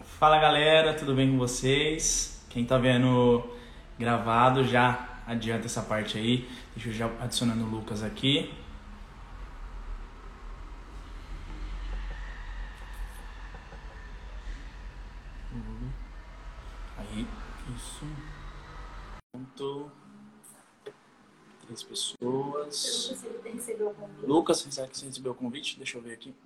Fala galera, tudo bem com vocês? Quem tá vendo gravado já adianta essa parte aí. Deixa eu já adicionando o Lucas aqui. Aí, isso. Pronto. 3 pessoas. Você recebeu o convite? Lucas, será que você recebeu o convite? Deixa eu ver aqui.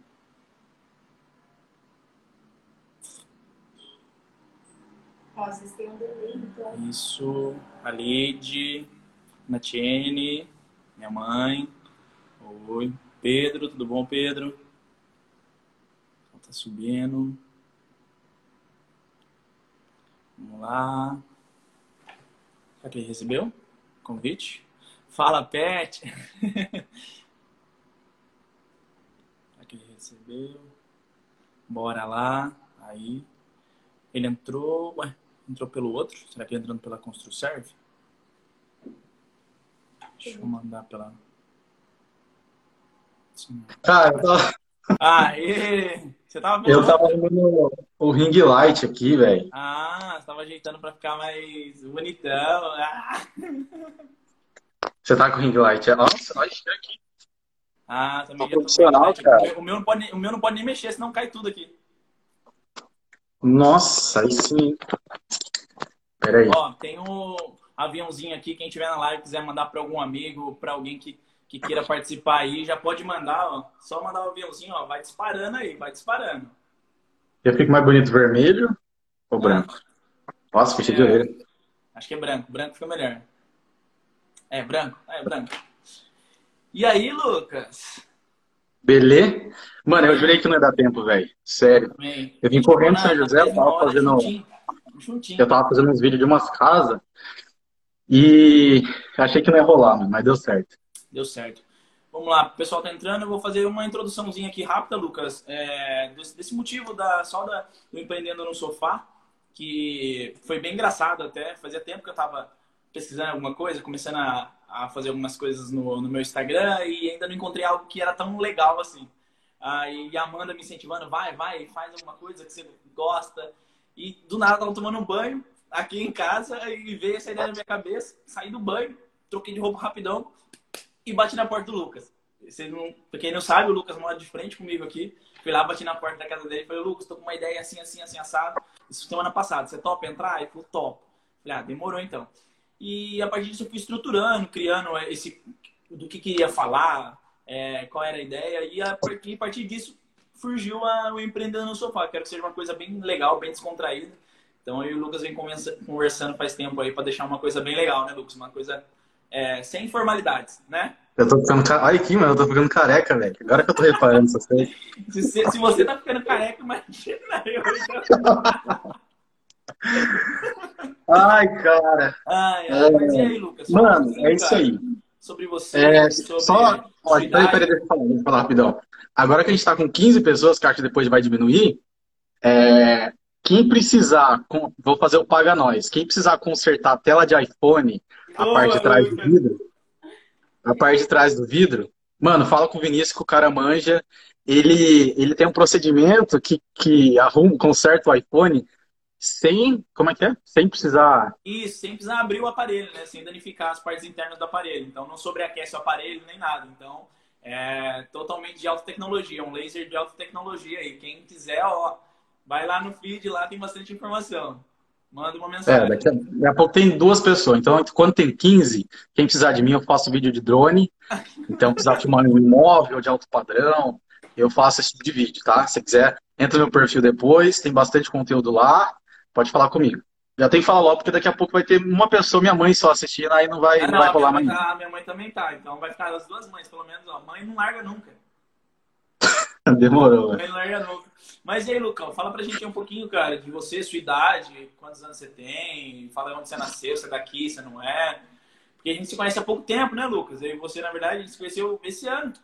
Ó, vocês têm um delay, então. Isso. A Lide, Natiene, minha mãe. Oi. Pedro, tudo bom, Pedro? Tá subindo. Vamos lá. Será que ele recebeu convite? Fala, Pet! Será que ele recebeu? Bora lá. Aí. Ele entrou. Ué, entrou pelo outro? Será que ele entrando pela ConstruServe? Deixa eu mandar pela. Sim. Cara, eu tava, Aê! Você tava pelo eu tava outro? arrumando o ring light aqui, velho. Ah, você tava ajeitando pra ficar mais bonitão. Ah, Você tá com o ring light? Nossa, olha isso aqui. também Tô já tô com ele. profissional, cara. O meu não pode nem mexer, senão cai tudo aqui. Nossa, aí sim. Peraí. Ó, tem um aviãozinho aqui. Quem tiver na live quiser mandar para algum amigo, para alguém que queira participar aí, já pode mandar, ó. Só mandar o aviãozinho, ó. Vai disparando aí, vai disparando. Eu fico mais bonito vermelho ou Ah, branco? Nossa, ficha de é, orelha. acho que é branco. Branco fica melhor. É, branco. É, branco. E aí, Lucas? Belê? Mano, eu jurei que não ia dar tempo, velho. Sério. Também. Eu A vim gente ficou correndo de São na José, mesma hora, juntinho. eu Juntinho. tava fazendo uns vídeos de umas casas e achei que não ia rolar, mano, mas deu certo. Deu certo. Vamos lá, o pessoal tá entrando. Eu vou fazer uma introduçãozinha aqui rápida, Lucas. Desse motivo do Empreendendo no Sofá, que foi bem engraçado até. Fazia tempo que eu tava pesquisando alguma coisa, começando a fazer algumas coisas no meu Instagram e ainda não encontrei algo que era tão legal assim. Aí a Amanda me incentivando, vai, faz alguma coisa que você gosta. E do nada eu tava tomando um banho aqui em casa e veio essa ideia na minha cabeça. Saí do banho, troquei de roupa rapidão e bati na porta do Lucas. Pra quem não sabe, o Lucas mora de frente comigo aqui. Fui lá, bati na porta da casa dele e falei, Lucas, tô com uma ideia assim, assim, assim, assado. Isso semana passada, você topa entrar? Ele falou, topo. Falei, demorou então. E a partir disso eu fui estruturando, criando do que ia falar, qual era a ideia. E a partir disso surgiu o Empreendendo no Sofá. Quero que seja uma coisa bem legal, bem descontraída. Então eu e o Lucas vem conversando faz tempo aí para deixar uma coisa bem legal, né, Lucas? Uma coisa sem formalidades, né? Eu tô ficando. Olha aqui, mano, eu tô ficando careca, velho. Agora que eu tô reparando essas coisas. Se você tá ficando careca, imagina eu. Então. Ai, cara. Mas e aí, Lucas? Fala um Mano, é pouquinho, isso cara, aí. sobre você, Só. sobre Ó, sua peraí, idade. deixa eu falar rapidão. Agora que a gente tá com 15 pessoas, que acho que depois vai diminuir, quem precisar, vou fazer o Paga Nós. Quem precisar consertar a tela de iPhone, a parte Boa, de trás do Lucas. vidro, a parte de trás do vidro, mano, fala com o Vinícius que o cara manja. Ele tem um procedimento que arruma, conserta o iPhone sem. Como é que é? Sem precisar. Isso, sem precisar abrir o aparelho, né? Sem danificar as partes internas do aparelho. Então, não sobreaquece o aparelho nem nada. Então, é totalmente de alta tecnologia. Um laser de alta tecnologia aí. Quem quiser, ó, vai lá no feed, lá tem bastante informação. Manda uma mensagem. Daqui a pouco tem duas pessoas. Então, quando tem 15, quem precisar de mim, eu faço vídeo de drone. Então, precisar filmar um imóvel de alto padrão, eu faço esse tipo de vídeo, tá? Se quiser, entra no meu perfil depois, tem bastante conteúdo lá, pode falar comigo. Já tem que falar logo, porque daqui a pouco vai ter uma pessoa, minha mãe só assistindo, aí não Não, vai rolar mais. minha mãe também tá. Então, vai ficar as duas mães, pelo menos. Ó, mãe não larga nunca. Demorou, velho. Mãe não larga nunca. Mas e aí, Lucão, fala pra gente um pouquinho, cara, de você, sua idade, quantos anos você tem, fala onde você nasceu, você é daqui, você não é. Porque a gente se conhece há pouco tempo, né, Lucas? Eu e você, na verdade, a gente se conheceu esse ano.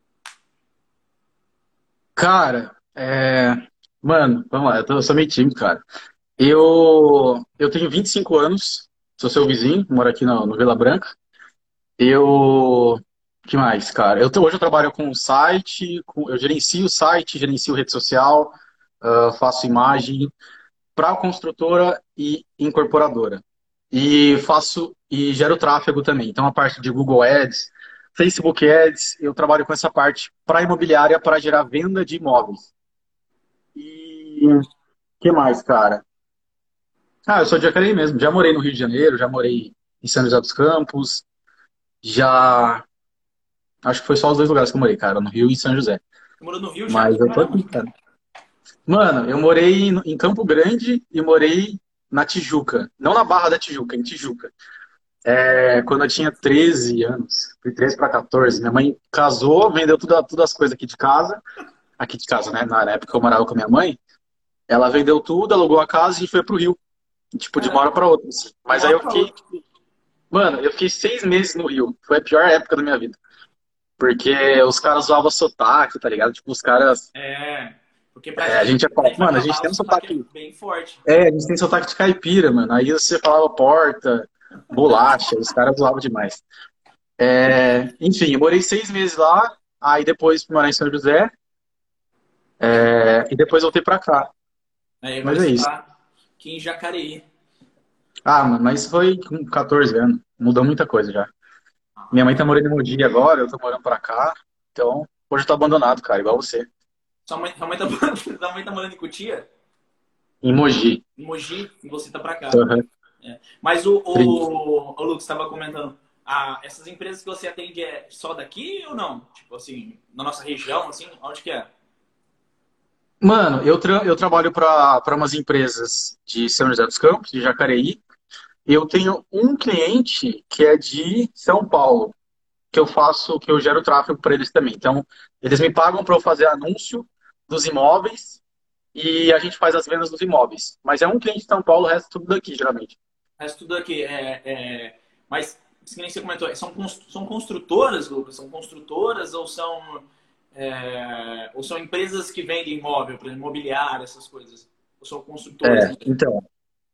Cara, mano, vamos lá, eu sou meio tímido, cara. Eu tenho 25 anos, sou seu vizinho, moro aqui no Vila Branca. Eu. Que mais, cara? Hoje eu trabalho com site, eu gerencio o site, gerencio rede social, faço imagem. para construtora e incorporadora. E faço e gero tráfego também. Então, a parte de Google Ads, Facebook Ads, eu trabalho com essa parte para imobiliária para gerar venda de imóveis. E o que mais, cara? Ah, eu sou de Jacareí mesmo. Já morei no Rio de Janeiro, já morei em São José dos Campos, já. Acho que foi só os dois lugares que eu morei, cara, no Rio e em São José. Você morou no Rio já? Mas eu tô Caramba. aqui, cara. Mano, eu morei em Campo Grande e morei na Tijuca. Não na Barra da Tijuca, em Tijuca. É, quando eu tinha 13 anos, fui 13 para 14, minha mãe casou, vendeu tudo as coisas aqui de casa, né? Na época eu morava com a minha mãe, ela vendeu tudo, alugou a casa e foi pro Rio, tipo, de uma Caramba, hora para outra, assim. de Mas uma aí hora eu pra fiquei, outra. mano, eu fiquei 6 meses no Rio. Foi a pior época da minha vida. Porque os caras zoavam sotaque, tá ligado? Tipo, os caras. É, porque A gente ia pra falar, gente vai mano, a pra gente bala, tem o um sotaque é sotaque. bem forte. É, a gente tem sotaque de caipira, mano. Aí você falava porta, bolacha, os caras zoavam demais. É, enfim, eu morei 6 meses lá, aí depois fui morar em São José, e depois voltei pra cá. Aí agora Mas é você isso. tá aqui em Jacareí. Ah, mano, mas foi com 14 anos. Mudou muita coisa já. Minha mãe Ah, tá morando em Mogi agora, eu tô morando pra cá. Então, hoje eu tô abandonado, cara, igual você. sua mãe tá, sua mãe tá morando em Cotia? Em Mogi. Em Mogi? E você tá pra cá. Aham. É. Mas o Lucas estava comentando, essas empresas que você atende é só daqui ou não? Tipo assim, na nossa região, assim, onde que é? Mano, eu trabalho para umas empresas de São José dos Campos, de Jacareí. Eu tenho um cliente que é de São Paulo, que eu gero tráfego para eles também. Então, eles me pagam para eu fazer anúncio dos imóveis e a gente faz as vendas dos imóveis. Mas é um cliente de São Paulo, o resto é tudo daqui, geralmente. O resto tudo aqui mas, que nem você comentou, são construtoras, Lucas? São construtoras ou são empresas que vendem imóvel, por exemplo, imobiliária, essas coisas? Ou são construtoras? Então,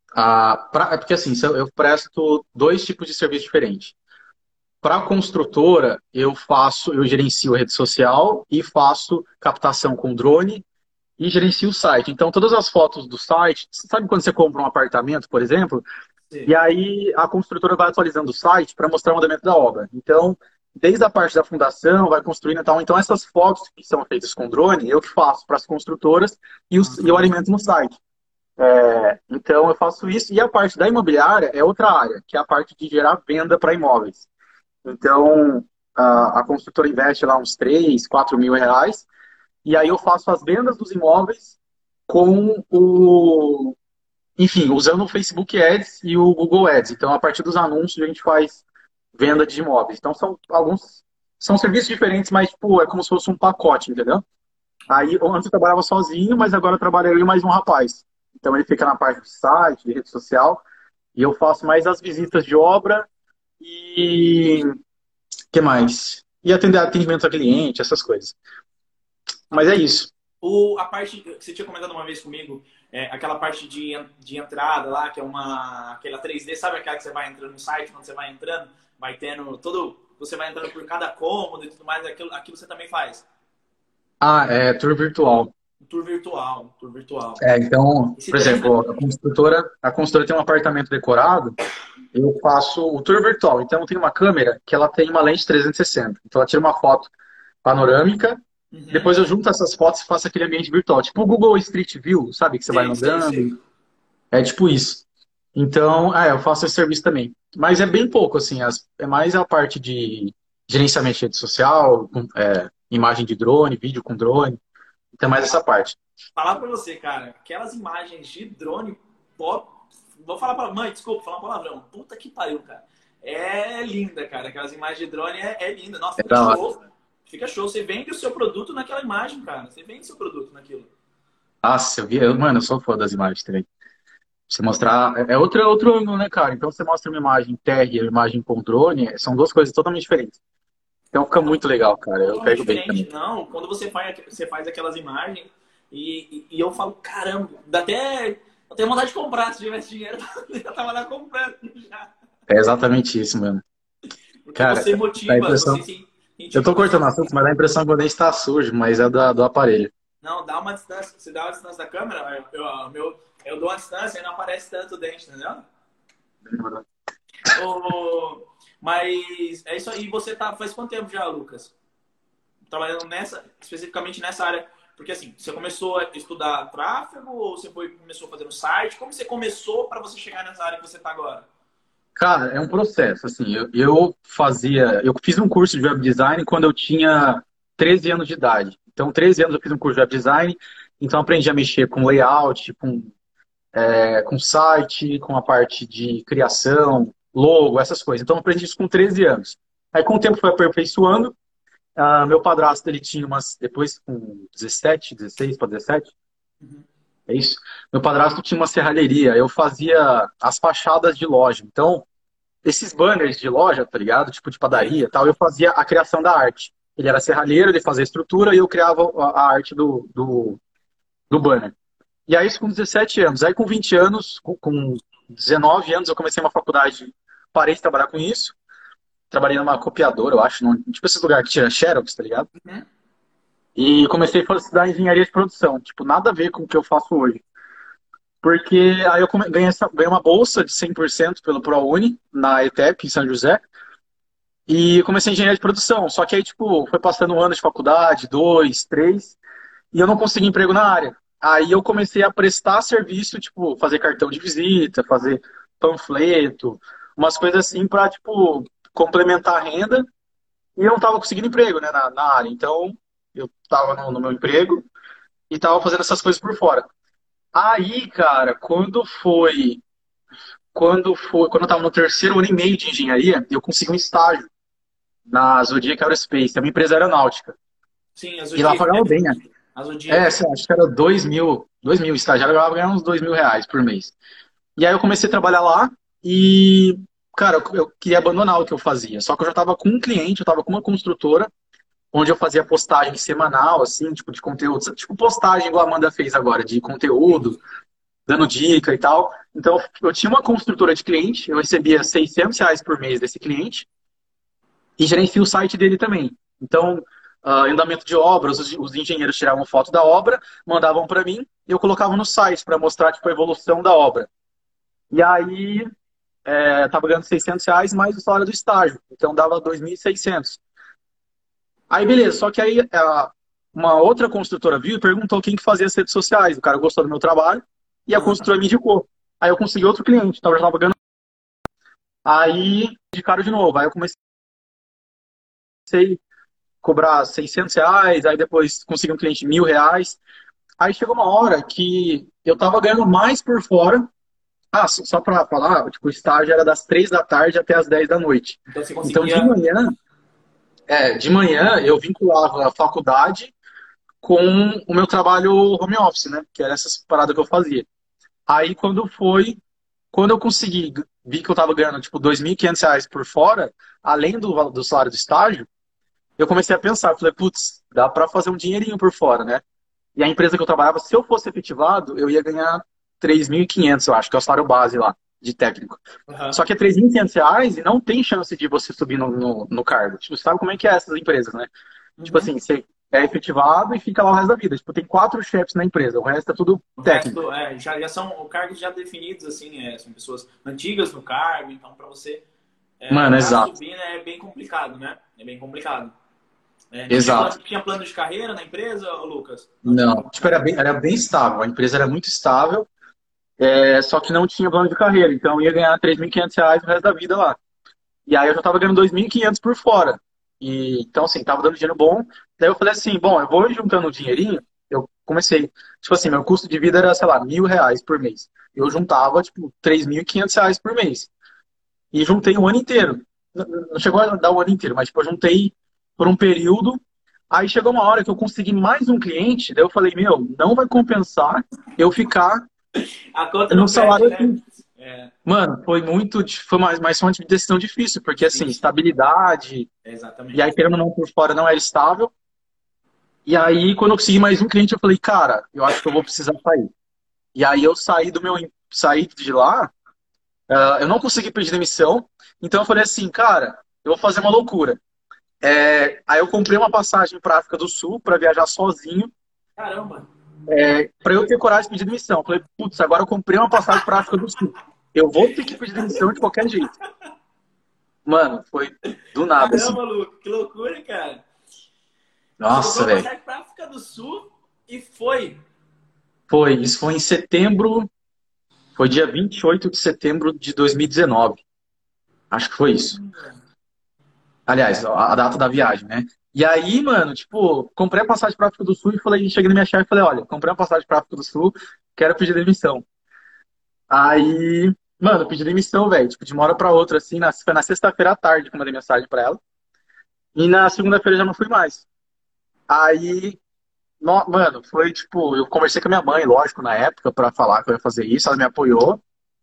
é porque assim, eu presto dois tipos de serviço diferentes. Para a construtora, eu gerencio a rede social e faço captação com drone e gerencio o site. Então, todas as fotos do site, sabe quando você compra um apartamento, por exemplo, Sim. e aí a construtora vai atualizando o site para mostrar o andamento da obra. Então, desde a parte da fundação, vai construindo e tal. Então, essas fotos que são feitas com drone, eu que faço para as construtoras e eu alimento no site. Então, eu faço isso. E a parte da imobiliária é outra área, que é a parte de gerar venda para imóveis. Então, a construtora investe lá uns 3, 4 mil reais, e aí eu faço as vendas dos imóveis com enfim, usando o Facebook Ads e o Google Ads. Então, a partir dos anúncios, a gente faz venda de imóveis. Então, são serviços diferentes, mas, tipo, é como se fosse um pacote, entendeu? Aí, antes eu trabalhava sozinho, mas agora eu trabalho eu e mais um rapaz. Então, ele fica na parte de site, de rede social, e eu faço mais as visitas de obra e que mais? E atender atendimento a cliente, essas coisas. Mas é isso. A parte que você tinha comentado uma vez comigo, aquela parte de entrada lá, que é aquela 3D, sabe aquela que você vai entrando no site, quando você vai entrando, vai tendo você vai entrando por cada cômodo e tudo mais, aquilo você também faz? É tour virtual. Tour virtual, tour virtual. Então, Esse por daí, exemplo, a construtora tem um apartamento decorado, eu faço o tour virtual. Então, tem uma câmera que ela tem uma lente 360. Então, ela tira uma foto panorâmica, uhum. depois eu junto essas fotos e faço aquele ambiente virtual. Tipo o Google Street View, sabe? Que você vai Sei, sei, andando. sei. É tipo isso. Então, eu faço esse serviço também. Mas é bem pouco, assim. É mais a parte de gerenciamento de rede social, imagem de drone, vídeo com drone. Então, é mais essa parte. Falar pra você, cara, aquelas imagens de drone, pô, vou falar pra mãe, desculpa, falar um palavrão. Puta que pariu, cara. É linda, cara. Aquelas imagens de drone é linda. Nossa, É fica da hora. show. Fica show. Você vende o seu produto naquela imagem, cara. Você vende o seu produto naquilo. Nossa, mano, eu sou fã das imagens também. Você mostrar. É outro ângulo, né, cara? Então, você mostra uma imagem terra e uma imagem com drone, são duas coisas totalmente diferentes. Então, fica muito legal, cara. Eu Totalmente pego bem diferente. também. Não, quando você faz aquelas imagens e eu falo, caramba, eu tenho vontade de comprar. Se tivesse dinheiro, eu tava lá comprando já. É exatamente isso, mano. Porque Cara, você a motiva, impressão. você Eu incentiva tô a pessoa. cortando assunto, mas a impressão quando está sujo, mas é do aparelho. Não, dá uma distância. Se dá uma distância da câmera, eu dou uma distância e não aparece tanto o dente, entendeu? Mas é isso aí. E você tá faz quanto tempo já, Lucas? Trabalhando especificamente nessa área? Porque assim, você começou a estudar tráfego ou você começou a fazer no site? Como você começou para você chegar nessa área que você está agora? Cara, é um processo, assim, eu fiz um curso de web design quando eu tinha 13 anos de idade. Então, 13 anos eu fiz um curso de web design, então aprendi a mexer com layout, com site, com a parte de criação, logo, essas coisas. Então, eu aprendi isso com 13 anos. Aí, com o tempo, foi aperfeiçoando. Meu padrasto, ele tinha depois com 17, 16 para 17, Uhum. é isso? Meu padrasto tinha uma serralheria, eu fazia as fachadas de loja. Então, esses banners de loja, tá ligado? Tipo de Sim. padaria e tal, eu fazia a criação da arte. Ele era serralheiro, ele fazia a estrutura e eu criava a arte do banner. E aí, isso com 17 anos. Aí, com 20 anos, com 19 anos, eu comecei uma faculdade, parei de trabalhar com isso. Trabalhei numa copiadora, eu acho, tipo esse lugar que tira Xerox, tá ligado? Uhum. E comecei a estudar engenharia de produção. Tipo, nada a ver com o que eu faço hoje. Porque aí eu ganhei uma bolsa de 100% pelo ProUni, na ETEP, em São José. E comecei engenharia de produção. Só que aí, tipo, foi passando um ano de faculdade, dois, três, e eu não consegui emprego na área. Aí eu comecei a prestar serviço, tipo, fazer cartão de visita, fazer panfleto, umas coisas assim pra, tipo, complementar a renda. E eu não tava conseguindo emprego, né, na área. Então, eu tava no meu emprego e tava fazendo essas coisas por fora. Aí, cara, quando eu tava no terceiro ano e meio de engenharia, eu consegui um estágio na Zodiac Aerospace, é uma empresa aeronáutica. Sim, a E lá Zodiac, né? pagava bem, né? A Zodiac. Sei lá, acho que era 2 mil estagiário, eu ganhava uns R$ 2.000 por mês. E aí eu comecei a trabalhar lá e, cara, eu queria abandonar o que eu fazia. Só que eu já tava com um cliente, eu tava com uma construtora, onde eu fazia postagem semanal, assim, tipo, de conteúdo. Tipo, postagem igual a Amanda fez agora, de conteúdo, dando dica e tal. Então, eu tinha uma construtora de cliente, eu recebia R$ 600 por mês desse cliente e gerencia o site dele também. Então, andamento de obras, os engenheiros tiravam foto da obra, mandavam para mim e eu colocava no site para mostrar tipo, a evolução da obra. E aí, estava ganhando R$ 600 mais o salário do estágio, então dava 2.600. Aí, beleza, só que aí uma outra construtora viu e perguntou quem que fazia as redes sociais. O cara gostou do meu trabalho e a Aham. construtora me indicou. Aí eu consegui outro cliente, então eu já estava ganhando. Aí, indicaram de novo. Aí eu comecei cobrar R$ 600, aí depois consegui um cliente de R$ 1.000. Aí chegou uma hora que eu tava ganhando mais por fora. Só para falar, tipo, o estágio era das 3 da tarde até as 10 da noite. Então você Então, conseguia. de manhã eu vinculava a faculdade com o meu trabalho home office, né? Que era essas paradas que eu fazia. Aí, quando eu consegui, vi que eu tava ganhando, tipo, R$ 2.500 por fora, além do salário do estágio, eu comecei a pensar, falei, putz, dá para fazer um dinheirinho por fora, né? E a empresa que eu trabalhava, se eu fosse efetivado, eu ia ganhar 3.500, eu acho, que é o salário base lá, de técnico. Aham. Só que é R$ 3.500 e não tem chance de você subir no cargo. Tipo, você sabe como é que é essas empresas, né? Tipo Uhum. assim, você é efetivado e fica lá o resto da vida. Tipo, tem 4 chefes na empresa, o resto é tudo O técnico. resto já são cargos já definidos, assim, são pessoas antigas no cargo, então para você Mano, para exato. subir, né, é bem complicado, né? É bem complicado. Não Exato. tinha plano de carreira na empresa, ô, Lucas? Não tinha Não, plano de tipo, carreira? era bem estável. A empresa era muito estável, só que não tinha plano de carreira. Então eu ia ganhar R$ 3.500 o resto da vida lá. E aí eu já tava ganhando 2.500 por fora. Então, assim, tava dando dinheiro bom. Daí eu falei assim, bom, eu vou juntando um dinheirinho. Eu comecei, tipo assim, meu custo de vida era, sei lá, R$ 1.000 por mês. Eu juntava, tipo, R$ 3.500 por mês. E juntei um ano inteiro. Não chegou a dar o ano inteiro, mas, tipo, eu juntei por um período. Aí chegou uma hora que eu consegui mais um cliente. Daí eu falei, meu, não vai compensar eu ficar A conta no não fecha, salário né? aqui. É Mano, foi mais uma decisão difícil, porque, assim, difícil. estabilidade. E aí, Exatamente. querendo ou não, por fora não era estável. E aí, quando eu consegui mais um cliente, eu falei, cara, eu acho que eu vou precisar sair. E aí eu saí de lá, eu não consegui pedir demissão, então eu falei assim, cara, eu vou fazer uma loucura. Aí eu comprei uma passagem para África do Sul para viajar sozinho. Caramba. Para eu ter coragem de pedir demissão. Eu falei, putz, agora eu comprei uma passagem para África do Sul. Eu vou ter que pedir demissão de qualquer jeito. Mano, foi do nada, assim. Caramba, Luca, que loucura, cara. Você Nossa, comprou uma velho. passagem pra África do Sul e foi. Isso foi em setembro, foi dia 28 de setembro de 2019. Acho que foi isso. Caramba. Aliás, a data da viagem, né? E aí, mano, tipo, comprei a passagem pra África do Sul e falei, cheguei na minha chefe e falei, olha, comprei uma passagem pra África do Sul, quero pedir demissão. Aí, mano, pedi demissão, velho, tipo, de uma hora pra outra, assim, foi na sexta-feira à tarde que eu mandei mensagem pra ela. E na segunda-feira eu já não fui mais. Aí, mano, foi tipo, eu conversei com a minha mãe, lógico, na época, pra falar que eu ia fazer isso, ela me apoiou.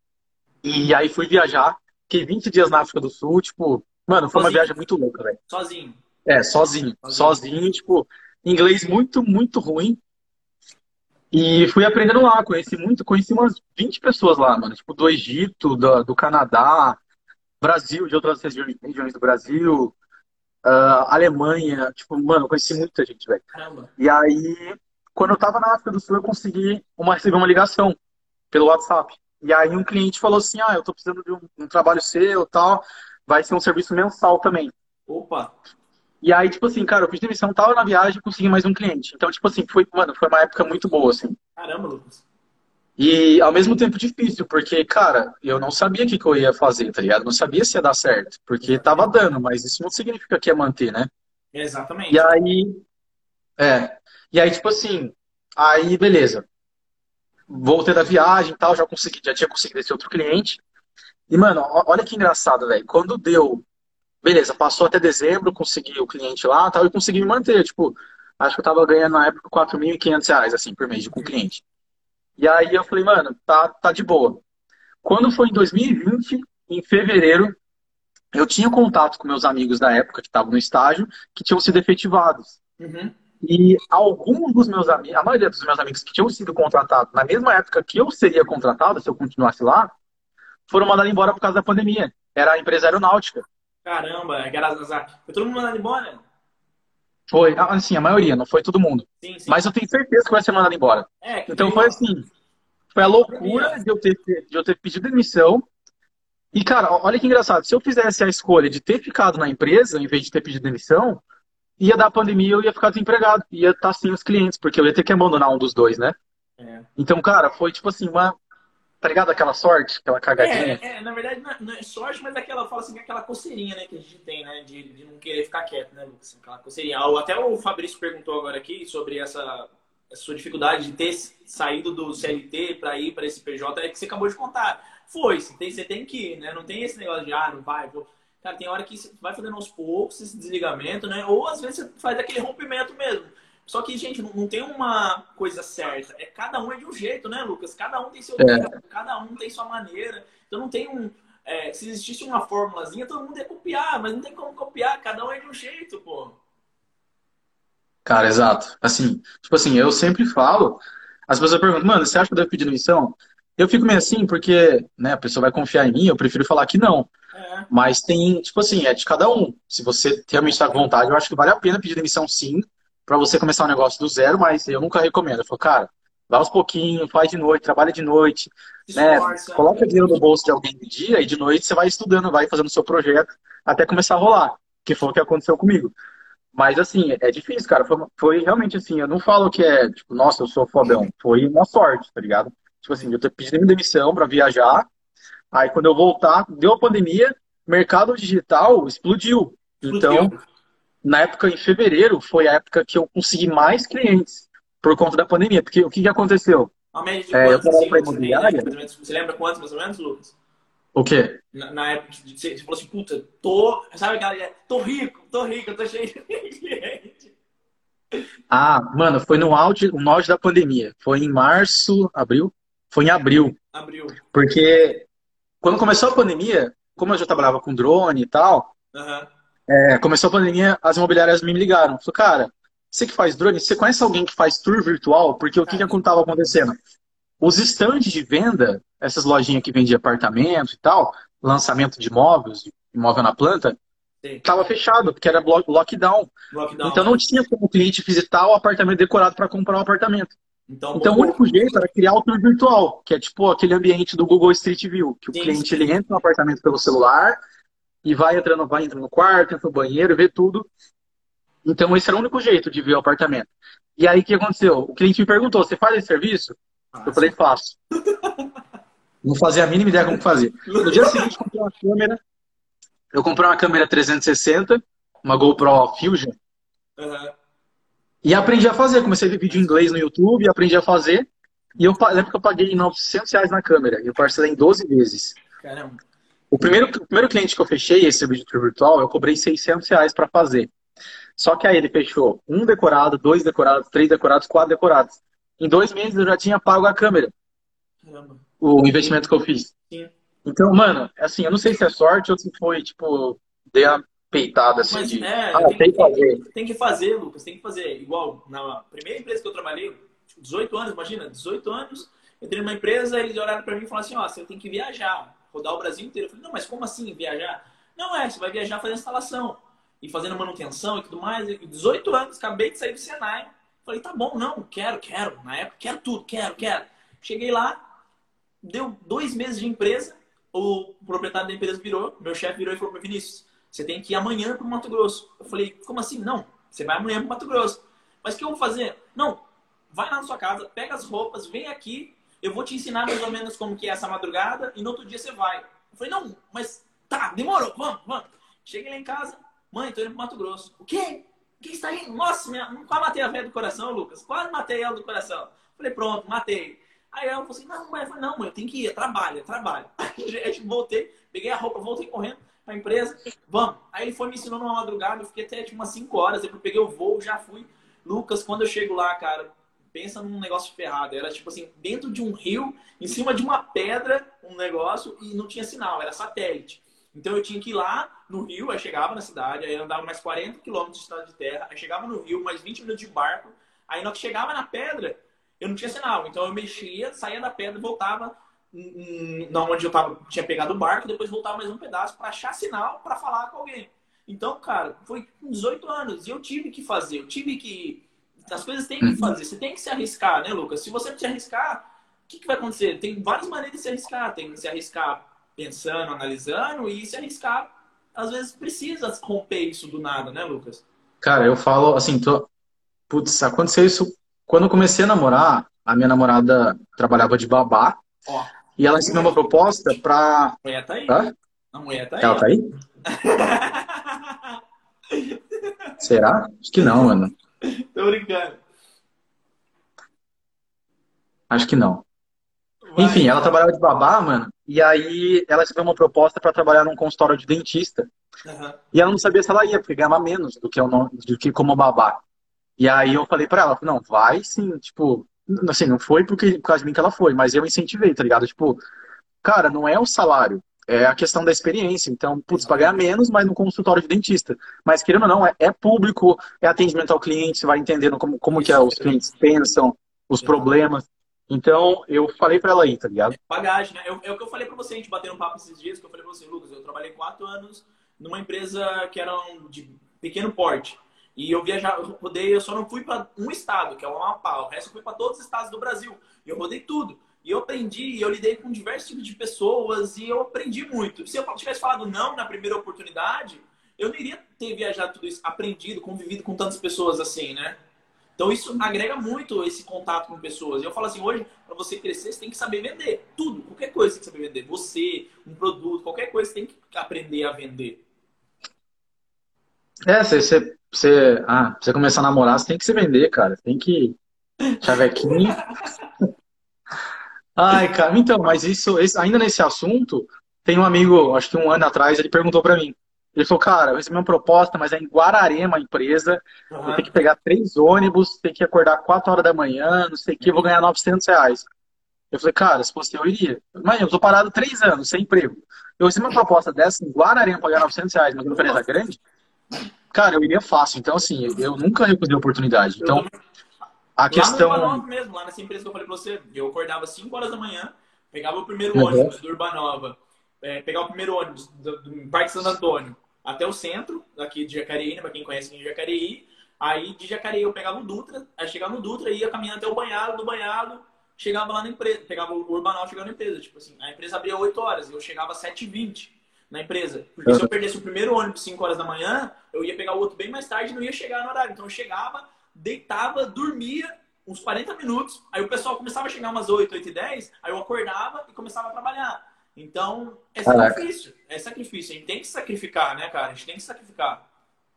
E aí fui viajar, fiquei 20 dias na África do Sul, tipo, mano, foi uma Sozinho. viagem muito louca, velho. Sozinho. Sozinho, Sozinho. sozinho, tipo, inglês muito, muito ruim. E fui aprendendo lá, conheci umas 20 pessoas lá, mano, tipo, do Egito, do Canadá, Brasil, de outras regiões do Brasil, Alemanha, tipo, mano, conheci muita gente, velho. Caramba. E aí, quando eu tava na África do Sul, eu consegui receber uma ligação pelo WhatsApp. E aí um cliente falou assim, eu tô precisando de um trabalho seu e tal, vai ser um serviço mensal também. Opa. E aí, tipo assim, cara, eu fiz demissão, tava na viagem e consegui mais um cliente. Então, tipo assim, mano, foi uma época muito boa, assim. Caramba, Lucas. E ao mesmo tempo difícil, porque, cara, eu não sabia o que que eu ia fazer, tá ligado? Não sabia se ia dar certo, porque tava Exatamente. dando, mas isso não significa que ia manter, né? E Exatamente. aí, é. E aí, tipo assim, aí, beleza. Voltei da viagem e tal, já tinha conseguido esse outro cliente. E, mano, olha que engraçado, velho. Quando deu, beleza, passou até dezembro, consegui o cliente lá, tal, e consegui me manter. Tipo, acho que eu tava ganhando na época R$ 4.500, assim, por mês com o cliente. E aí eu falei, mano, tá de boa. Quando foi em 2020, em fevereiro, eu tinha contato com meus amigos da época que estavam no estágio, que tinham sido efetivados. Uhum. E alguns dos meus amigos, a maioria dos meus amigos que tinham sido contratados na mesma época que eu seria contratado, se eu continuasse lá, foram mandados embora por causa da pandemia. Era a empresa aeronáutica. Caramba, graças a... Foi todo mundo mandado embora? Foi, assim, a maioria, não foi todo mundo. Sim, sim. Mas eu tenho certeza que vai ser mandado embora. É, que Então veio foi assim, foi a a loucura pandemia. de eu ter pedido demissão. E, cara, olha que engraçado, se eu fizesse a escolha de ter ficado na empresa, em vez de ter pedido demissão, ia dar pandemia, eu ia ficar desempregado, ia estar sem os clientes, porque eu ia ter que abandonar um dos dois, né? É. Então, cara, foi tipo assim, tá ligado? Aquela sorte, aquela cagadinha. Na verdade, não é sorte, mas aquela, fala assim, aquela coceirinha, né, que a gente tem, né, de não querer ficar quieto, né, Lucas? Aquela coceirinha. Até o Fabrício perguntou agora aqui sobre essa sua dificuldade de ter saído do CLT para ir para esse PJ, é que você acabou de contar. Você tem que ir, né? Não tem esse negócio de, não vai, pô. Cara, tem hora que você vai fazendo aos poucos esse desligamento, né? Ou às vezes você faz aquele rompimento mesmo. Só que, gente, não tem uma coisa certa. Cada um é de um jeito, né, Lucas? Cada um tem seu tempo, É, cada um tem sua maneira. Então não tem se existisse uma formulazinha, todo mundo ia copiar, mas não tem como copiar, cada um é de um jeito, pô. cara, exato. Assim, tipo assim, eu sempre falo, as pessoas perguntam, mano, você acha que eu devo pedir demissão? Eu fico meio assim, porque, né, a pessoa vai confiar em mim, eu prefiro falar que não. É, Mas tem, tipo assim, é de cada um. Se você realmente está com vontade, eu acho que vale a pena pedir demissão sim, para você começar um negócio do zero, mas eu nunca recomendo. Eu falo, cara, vai aos pouquinhos, faz de noite, trabalha de noite, se né? esforça. Coloca dinheiro no bolso de alguém de dia e de noite você vai estudando, vai fazendo o seu projeto até começar a rolar, que foi o que aconteceu comigo. Mas assim, é difícil, cara. Foi realmente assim, eu não falo que é, tipo, nossa, eu sou fodão. Foi uma sorte, tá ligado? Tipo assim, eu pedi demissão para viajar. Aí quando eu voltar, deu a pandemia, mercado digital explodiu. Explodiu. Então, na época, em fevereiro, foi a época que eu consegui mais clientes por conta da pandemia. Porque o que que aconteceu? Uma média de Eu quantos, trabalho assim, para Lucas, você tem, né? imobiliária. Mais ou menos, você lembra quantos, mais ou menos, Lucas? O quê? Na época que você falou assim, puta, sabe aquela ideia? Tô rico, eu tô cheio de cliente. Ah, mano, foi no auge da pandemia. Foi em março, abril? Foi em abril. Abriu. Porque quando começou a pandemia, como eu já trabalhava com drone e tal, Aham. começou a pandemia, as imobiliárias me ligaram. Falei, cara, você que faz drone, você conhece alguém que faz tour virtual? Porque o que que Cara, estava acontecendo? Os estandes de venda, essas lojinhas que vendem apartamentos e tal, lançamento de imóveis, imóvel na planta, Sim. estava fechado, porque era lockdown. Lockdown, Então não né? tinha como o cliente visitar o apartamento decorado para comprar o apartamento. Então Então o bombou. único jeito era criar o tour virtual, que é tipo aquele ambiente do Google Street View, que o Sim, cliente sim. ele entra no apartamento pelo celular e vai entrando no quarto, entra no banheiro, vê tudo. Então esse era o único jeito de ver o apartamento. E aí o que aconteceu? O cliente me perguntou: você faz esse serviço? Eu falei: Fácil. faço. Não fazia a mínima ideia como fazer. No dia seguinte, eu comprei uma câmera 360, uma GoPro Fusion, Aham. e aprendi a fazer. Comecei a ver vídeo em inglês no YouTube, aprendi a fazer. E eu lembro que eu paguei R$ 900 na câmera. E eu parcelei em 12 vezes. Caramba. O primeiro cliente que eu fechei, esse serviço de tour virtual, eu cobrei R$ 600 para fazer. Só que aí ele fechou um decorado, dois decorados, três decorados, quatro decorados. Em 2 meses eu já tinha pago a câmera, Caramba. o investimento que eu fiz. Sim. Então, mano, assim, eu não sei se é sorte ou se foi, tipo, dei uma peitada assim Mas de, é, tem que fazer. tem que fazer, Lucas, tem que fazer. Igual na primeira empresa que eu trabalhei, 18 anos, imagina, 18 anos, entrei numa empresa, eles olharam pra mim e falaram assim, ó, você tem que viajar, rodar o Brasil inteiro. Eu falei, não, mas como assim viajar? Não você vai viajar fazendo instalação e fazendo manutenção e tudo mais. E 18 anos, acabei de sair do Senai. Falei, tá bom, não, quero. Na época, quero tudo, quero. Cheguei lá, deu 2 meses de empresa, o proprietário da empresa virou, meu chefe virou e falou para Vinícius, você tem que ir amanhã para o Mato Grosso. Eu falei, como assim? Não, você vai amanhã para o Mato Grosso. Mas o que eu vou fazer? Não, vai lá na sua casa, pega as roupas, vem aqui, eu vou te ensinar mais ou menos como que é essa madrugada e no outro dia você vai. Eu falei, não, mas tá, demorou, vamos. Cheguei lá em casa, mãe, tô indo pro Mato Grosso. O quê? Quem está indo? Nossa, quase matei a velha do coração, Lucas. Quase matei ela do coração. Falei, pronto, matei. Aí ela falou assim, não, mãe, eu tenho que ir, trabalho. Aí eu voltei, peguei a roupa, voltei correndo pra empresa, vamos. Aí ele foi me ensinando uma madrugada, eu fiquei até tipo umas 5 horas, depois peguei o voo, já fui. Lucas, quando eu chego lá, cara, pensa num negócio ferrado. Era tipo assim, dentro de um rio, em cima de uma pedra, um negócio, e não tinha sinal, era satélite. Então eu tinha que ir lá no rio, aí chegava na cidade, aí andava mais 40 quilômetros de estrada de terra, aí chegava no rio, mais 20 minutos de barco, aí na hora que chegava na pedra, eu não tinha sinal. Então eu mexia, saía da pedra, voltava na onde eu tinha pegado o barco, depois voltava mais um pedaço para achar sinal para falar com alguém. Então, cara, foi com 18 anos e eu tive que fazer, eu tive que. As coisas tem que fazer, você tem que se arriscar, né, Lucas? Se você não se arriscar, o que vai acontecer? Tem várias maneiras de se arriscar. Tem que se arriscar pensando, analisando e se arriscar. Às vezes precisa romper isso do nada, né, Lucas? Cara, eu falo assim, putz, aconteceu isso quando eu comecei a namorar. A minha namorada trabalhava de babá Ó, e ela recebeu uma proposta pra. a mulher tá aí. Hã? A mulher tá aí, Ela ó. tá aí? Será? Acho que não, mano. Tô brincando. Acho que não. Enfim, Vai. ela trabalhava de babá, mano, e aí ela recebeu uma proposta pra trabalhar num consultório de dentista. Uhum. E ela não sabia se ela ia, porque ganhava menos do que como babá. E aí eu falei pra ela, não, vai sim, tipo, assim, não foi por causa de mim que ela foi, mas eu incentivei, tá ligado? Tipo, cara, não é o salário, é a questão da experiência. Então, putz, pagar Exatamente. menos, mas no consultório de dentista. Mas querendo ou não, é público, é atendimento ao cliente, você vai entendendo como que Isso. os clientes pensam, os Exatamente. problemas. Então, eu falei pra ela aí, tá ligado? Bagagem, né? É o que eu falei pra você, a gente bateu um papo esses dias, que eu falei pra você, Lucas, eu trabalhei 4 anos numa empresa que era de pequeno porte. E eu viajava, eu rodei, eu só não fui para um estado, que é o Amapá. O resto eu fui para todos os estados do Brasil. E eu rodei tudo. E eu aprendi, e eu lidei com diversos tipos de pessoas, e eu aprendi muito. Se eu tivesse falado não na primeira oportunidade, eu não iria ter viajado tudo isso, aprendido, convivido com tantas pessoas assim, né? Então isso agrega muito esse contato com pessoas. E eu falo assim, hoje, para você crescer, você tem que saber vender. Tudo, qualquer coisa você tem que saber vender. Você, um produto, qualquer coisa você tem que aprender a vender. Pra você começar a namorar, você tem que se vender, cara. Tem que chavequinho. Ai, cara, então, mas ainda nesse assunto, tem um amigo, acho que um ano atrás, ele perguntou pra mim. Ele falou, cara, eu recebi uma proposta, mas é em Guararema a empresa. Vou ter Uhum. que pegar 3 ônibus, ter que acordar 4 horas da manhã, não sei o que, vou ganhar R$ 900. Eu falei, cara, se fosse eu iria. Imagina, eu tô parado 3 anos, sem emprego. Eu recebi uma proposta dessa em Guararema pra ganhar R$ 900, mas uma empresa Nossa, grande, cara, eu iria fácil. Então, assim, eu nunca recusei a oportunidade. eu Então, também. a Lá no questão. Urbanova mesmo, lá nessa empresa que eu falei pra você, eu acordava 5 horas da manhã, pegava o primeiro Uhum. ônibus do Urbanova, pegava o primeiro ônibus do Parque Santo Antônio. até o centro, aqui de Jacareí, né, pra quem conhece aqui em Jacareí. Aí de Jacareí eu pegava o Dutra, aí chegava no Dutra, ia caminhando até o banhado, do banhado, chegava lá na empresa, pegava o Urbanal, chegava na empresa. Tipo assim, a empresa abria 8 horas, eu chegava às 7h20 na empresa. Porque se eu perdesse o primeiro ônibus 5 horas da manhã, eu ia pegar o outro bem mais tarde e não ia chegar no horário. Então eu chegava, deitava, dormia uns 40 minutos, aí o pessoal começava a chegar umas 8, 8h10, aí eu acordava e começava a trabalhar. Então, é sacrifício, a gente tem que sacrificar, né, cara? A gente tem que sacrificar.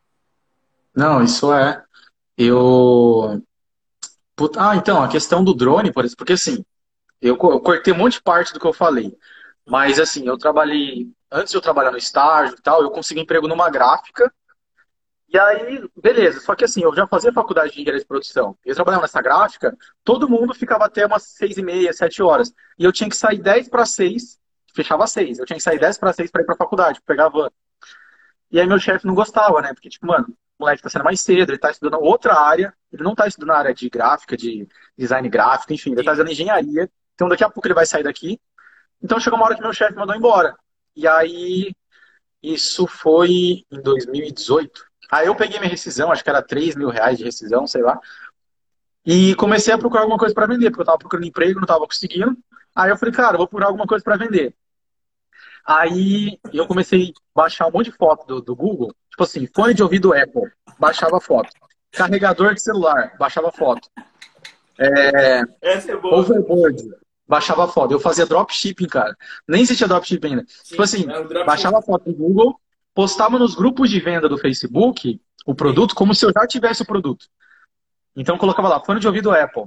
Não, isso é. Eu. Então, a questão do drone, por exemplo, porque assim, eu cortei um monte de parte do que eu falei. Mas assim, eu trabalhei. Antes de eu trabalhar no estágio e tal, eu consegui emprego numa gráfica. E aí, beleza. Só que assim, eu já fazia faculdade de engenharia de produção. Eu trabalhava nessa gráfica, todo mundo ficava até umas 6h30, 7 horas. E eu tinha que sair 10 para 6, fechava às 6. Eu tinha que sair 10 para 6 para ir pra faculdade, pegar a van. E aí meu chefe não gostava, né? Porque, tipo, mano, o moleque tá saindo mais cedo, ele tá estudando outra área, ele não tá estudando a área de gráfica, de design gráfico, enfim, ele tá Sim. estudando engenharia. Então daqui a pouco ele vai sair daqui. Então chegou uma hora que meu chefe mandou embora. E aí, isso foi em 2018. Aí eu peguei minha rescisão, acho que era R$ 3.000 de rescisão, sei lá. E comecei a procurar alguma coisa para vender, porque eu tava procurando emprego, não tava conseguindo. Aí eu falei, cara, eu vou procurar alguma coisa para vender. Aí eu comecei a baixar um monte de foto do Google, tipo assim, fone de ouvido Apple, baixava foto. Carregador de celular, baixava foto. Essa é boa. Overboard, baixava foto. Eu fazia dropshipping, cara. Nem existia dropshipping ainda. Tipo Sim, assim, é o dropship. baixava foto do Google, postava nos grupos de venda do Facebook o Sim. produto como se eu já tivesse o produto. Então eu colocava lá, fone de ouvido Apple.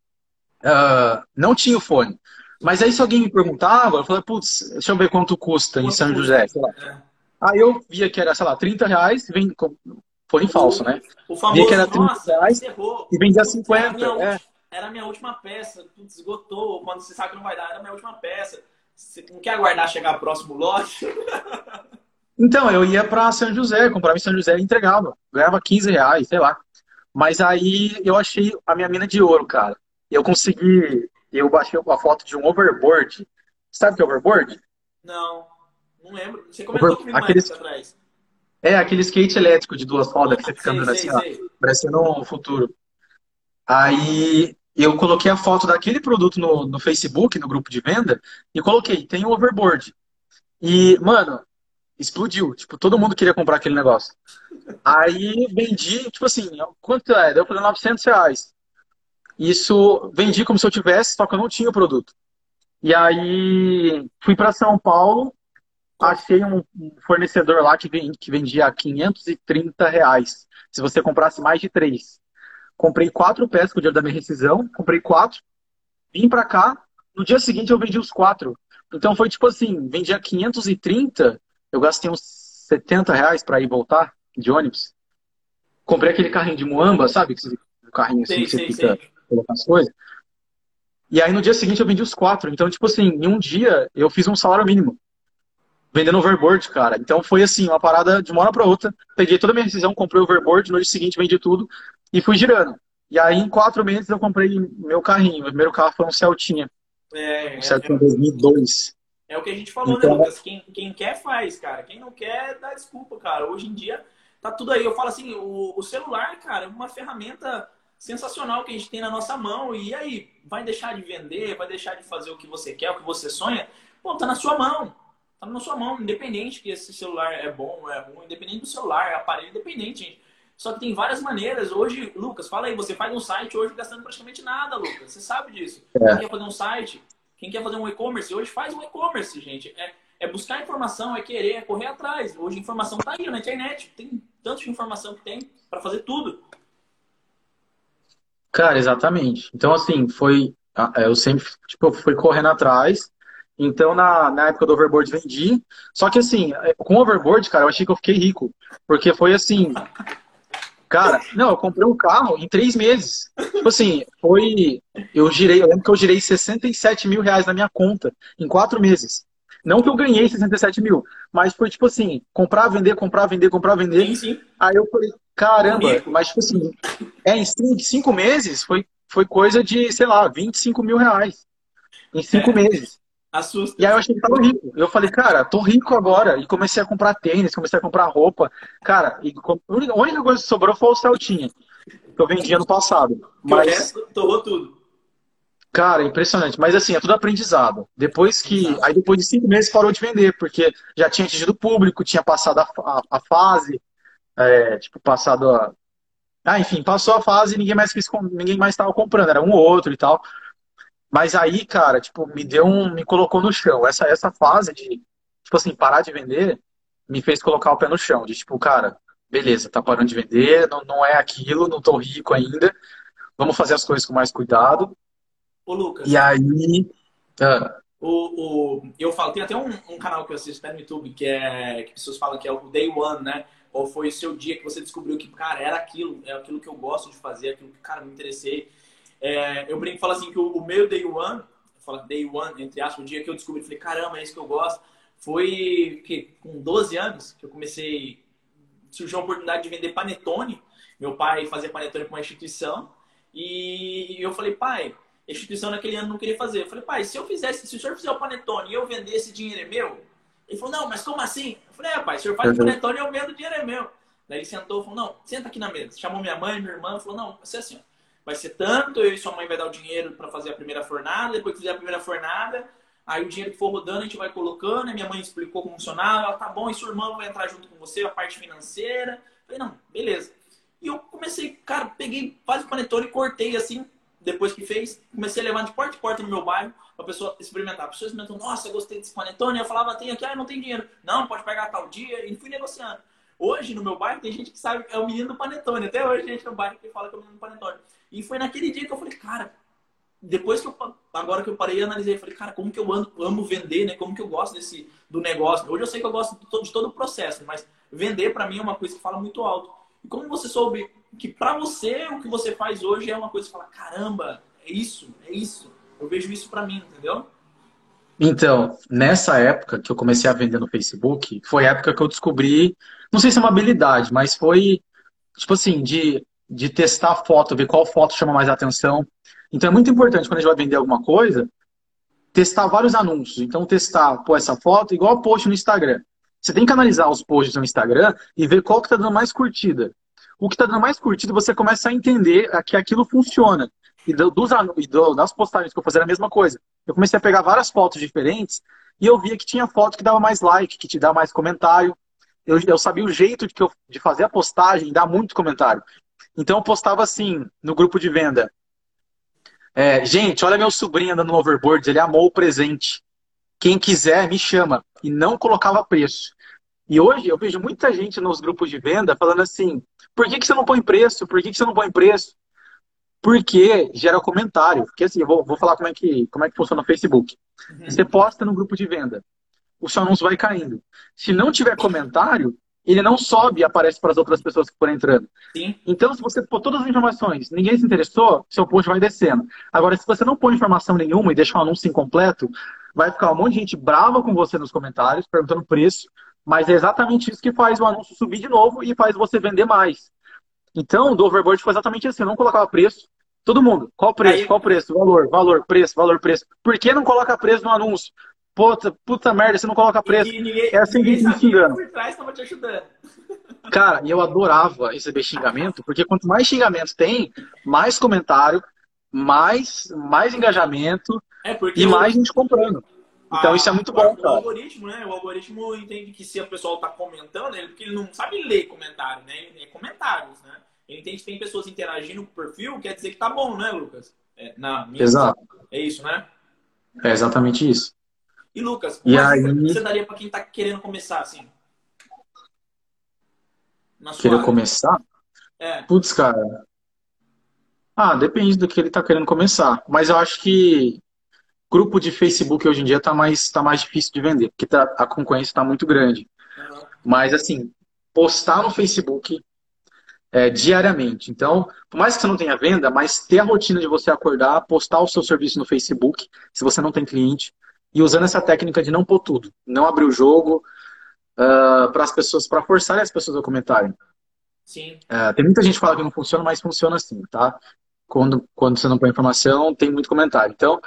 Não tinha o fone. Mas aí se alguém me perguntava, eu falei, putz, deixa eu ver quanto custa em Quanto São custa? José, sei lá. É. Aí eu via que era, sei lá, R$ 30, fone falso, O, né? o Via que famoso, era 30 nossa, reais encerrou. e vendia Putz, era a 50. minha, É. era a minha última peça. Putz, esgotou. Quando você sabe que não vai dar, era a minha última peça. Você não quer aguardar chegar o próximo lote? Então, eu ia pra São José, comprava em São José e entregava. Ganhava R$ 15, sei lá. Mas aí eu achei a minha mina de ouro, cara. Eu baixei a foto de um overboard. Sabe o que é overboard? Não, não lembro. Você comentou comigo uma Aquele, época atrás. aquele skate elétrico de duas rodas que você fica Sei, andando sei, assim, ó, sei. parecendo um futuro. Aí eu coloquei a foto daquele produto no Facebook, no grupo de venda, e coloquei, tem o overboard. E, mano, explodiu. Tipo, todo mundo queria comprar aquele negócio. Aí vendi, tipo assim, quanto é? Deu pra R$ 900. Isso, vendi como se eu tivesse, só que eu não tinha o produto. E aí fui para São Paulo, achei um fornecedor lá que vendia a R$ 530 se você comprasse mais de três. Comprei 4 peças com o dinheiro da minha rescisão, comprei 4, vim pra cá, no dia seguinte eu vendi os 4. Então foi tipo assim, vendia 530, eu gastei uns R$ 70 pra ir e voltar de ônibus. Comprei aquele carrinho de muamba, sabe? O carrinho assim Sei, que você sei, fica sei. colocando as coisas. E aí no dia seguinte eu vendi os 4. Então, tipo assim, em um dia eu fiz um salário mínimo. Vendendo overboard, cara. Então foi assim, uma parada de uma hora pra outra. Peguei toda a minha rescisão, comprei overboard, no dia seguinte vendi tudo e fui girando. E aí em 4 meses eu comprei meu carrinho. Meu primeiro carro foi um Celtinha. Um É, Celtinha 2002. é o que a gente falou, né, Então, Lucas? Quem quer, faz, cara. Quem não quer, dá desculpa, cara. Hoje em dia, tá tudo aí. Eu falo assim, o celular, cara, é uma ferramenta sensacional que a gente tem na nossa mão. E aí, vai deixar de vender, vai deixar de fazer o que você quer, o que você sonha? Pô, tá na sua mão. Tá na sua mão, independente que esse celular é bom ou é ruim, independente do celular, é aparelho independente, gente. Só que tem várias maneiras. Hoje, Lucas, fala aí, você faz um site hoje gastando praticamente nada, Lucas. Você sabe disso. Quem é. quer fazer um site, quem quer fazer um e-commerce, hoje faz um e-commerce, gente. É buscar informação, é querer, é correr atrás. Hoje a informação tá aí na internet. Tem tanto de informação que tem para fazer tudo. Cara, exatamente. Então, assim, eu sempre, tipo, eu fui correndo atrás. Então, na época do overboard, vendi. Só que, assim, com o overboard, cara, eu achei que eu fiquei rico. Porque foi assim, cara, não, eu comprei um carro em 3 meses. Tipo assim, eu lembro que eu girei R$ 67.000 na minha conta em 4 meses. Não que eu ganhei 67 mil, mas foi tipo assim, comprar, vender, comprar, vender, comprar, vender. Sim, sim. Aí eu falei, Ficou caramba, rico. mas tipo assim, em 5 meses foi coisa de, sei lá, R$ 25.000. Em cinco É, meses. Assusta. E aí eu achei que tava rico. Eu falei, cara, tô rico agora. E comecei a comprar tênis, comecei a comprar roupa. Cara, a única coisa que sobrou foi o Celtinha, que eu vendi ano passado. Que o Mas, resto torrou tudo. cara, impressionante. Mas assim, é tudo aprendizado. Exato. Aí depois de 5 meses parou de vender, porque já tinha atingido o público, tinha passado a fase, tipo, passado a. Ah, enfim, passou a fase e ninguém mais estava comprando, era um ou outro e tal. Mas aí, cara, tipo, me colocou no chão. Essa fase de, tipo assim, parar de vender me fez colocar o pé no chão. De tipo, cara, beleza, tá parando de vender, não é aquilo, não tô rico ainda, vamos fazer as coisas com mais cuidado. Ô, E Lucas, aí, ah, eu falo, tem até um canal que eu assisto no YouTube que pessoas falam que é o Day One, né? Ou foi o seu dia que você descobriu que, cara, era aquilo, é aquilo que eu gosto de fazer, aquilo que, cara, me interessei. Eu brinco e falo assim que o meu Day One, fala Day One, entre aspas, o dia que eu descobri, falei, caramba, é isso que eu gosto, foi que com 12 anos que eu comecei, surgiu a oportunidade de vender panetone. Meu pai fazia panetone com uma instituição e eu falei, pai, a instituição naquele ano não queria fazer. Eu falei, pai, se o senhor fizer o panetone e eu vender, esse dinheiro é meu? Ele falou, não, mas como assim? Eu falei, pai, o senhor faz o uhum, panetone e eu vendo, o dinheiro é meu. Daí ele sentou e falou, não, senta aqui na mesa. Chamou minha mãe, minha irmã, falou, não, vai ser assim, ó. Vai ser tanto, eu e sua mãe vai dar o dinheiro para fazer a primeira fornada, depois que fizer a primeira fornada, aí o dinheiro que for rodando a gente vai colocando, a minha mãe explicou como funcionava, ela, tá bom, e sua irmã vai entrar junto com você, a parte financeira. Eu falei, não, beleza. E eu comecei, cara, peguei quase o panetone e cortei assim, depois que fez, comecei a levar de porta em porta no meu bairro pra pessoa experimentar. A pessoa experimentou, nossa, gostei desse panetone. Eu falava, tem aqui, não tem dinheiro. Não, pode pegar tal dia. E fui negociando. Hoje, no meu bairro, tem gente que sabe, é o menino do panetone. Até hoje, gente no bairro que fala que é o menino do panetone. E foi naquele dia que eu falei, cara, depois que agora que eu parei e analisei, eu falei, cara, como que eu amo vender, né? Como que eu gosto do negócio. Hoje eu sei que eu gosto de todo o processo, mas vender pra mim é uma coisa que fala muito alto. E como você soube que pra você o que você faz hoje é uma coisa que fala, caramba, é isso, é isso. Eu vejo isso pra mim, entendeu? então, nessa época que eu comecei a vender no Facebook, foi a época que eu descobri, não sei se é uma habilidade, mas foi, tipo assim, de testar a foto, ver qual foto chama mais atenção. Então é muito importante quando a gente vai vender alguma coisa, testar vários anúncios. Então, testar, pô, essa foto, igual post no Instagram. Você tem que analisar os posts no Instagram e ver qual que está dando mais curtida. O que está dando mais curtida, você começa a entender que aquilo funciona. Das postagens que eu fazia era a mesma coisa. Eu comecei a pegar várias fotos diferentes e eu via que tinha foto que dava mais like, que te dá mais comentário. Eu sabia o jeito de fazer a postagem e dar muito comentário. Então eu postava assim, no grupo de venda. Gente, olha meu sobrinho andando no overboard, ele amou o presente. Quem quiser, me chama. E não colocava preço. E hoje eu vejo muita gente nos grupos de venda falando assim: por que você não põe preço? Por que você não põe preço? Porque gera comentário. Porque assim, eu vou falar como é que funciona no Facebook. Você Uhum. posta no grupo de venda, o seu anúncio vai caindo. Se não tiver comentário, ele não sobe e aparece para as outras pessoas que forem entrando. Sim. Então, se você pôr todas as informações, ninguém se interessou, seu post vai descendo. Agora, se você não põe informação nenhuma e deixa um anúncio incompleto, vai ficar um monte de gente brava com você nos comentários, perguntando preço, mas é exatamente isso que faz o anúncio subir de novo e faz você vender mais. Então, do overboard foi exatamente assim, eu não colocava preço. Todo mundo, qual preço? Aí, Qual preço? Valor, valor, preço, valor, preço. Por que não coloca preço no anúncio? Puta merda, você não coloca preço. e É ninguém, assim que a ninguém gente me sabia que xingando. por trás estava te ajudando. Cara, e eu adorava receber xingamento, porque quanto mais xingamento tem, mais comentário, mais engajamento É porque e mais gente comprando. Então isso é muito bom, o cara. algoritmo, né? O algoritmo entende que se o pessoal está comentando, porque ele não sabe ler comentário, né? Ele é comentários, né? Ele entende que tem pessoas interagindo com o perfil, quer dizer que tá bom, né, Lucas? Na minha visão. Exato. É isso, né? É exatamente isso. E Lucas, E uma dica que aí, você daria para quem tá querendo começar assim, na querer sua área? começar? É. Putz, cara. Ah, depende do que ele tá querendo começar. Mas eu acho que grupo de Facebook hoje em dia tá mais difícil de vender, porque a concorrência está muito grande. Uhum. Mas assim, postar no Facebook diariamente. Então, por mais que você não tenha venda, mas ter a rotina de você acordar, postar o seu serviço no Facebook, se você não tem cliente, e usando essa técnica de não pôr tudo, não abrir o jogo para as pessoas, para forçar as pessoas a comentarem. Sim. Tem muita gente que fala que não funciona, mas funciona assim, tá? Quando você não põe informação, tem muito comentário. Então,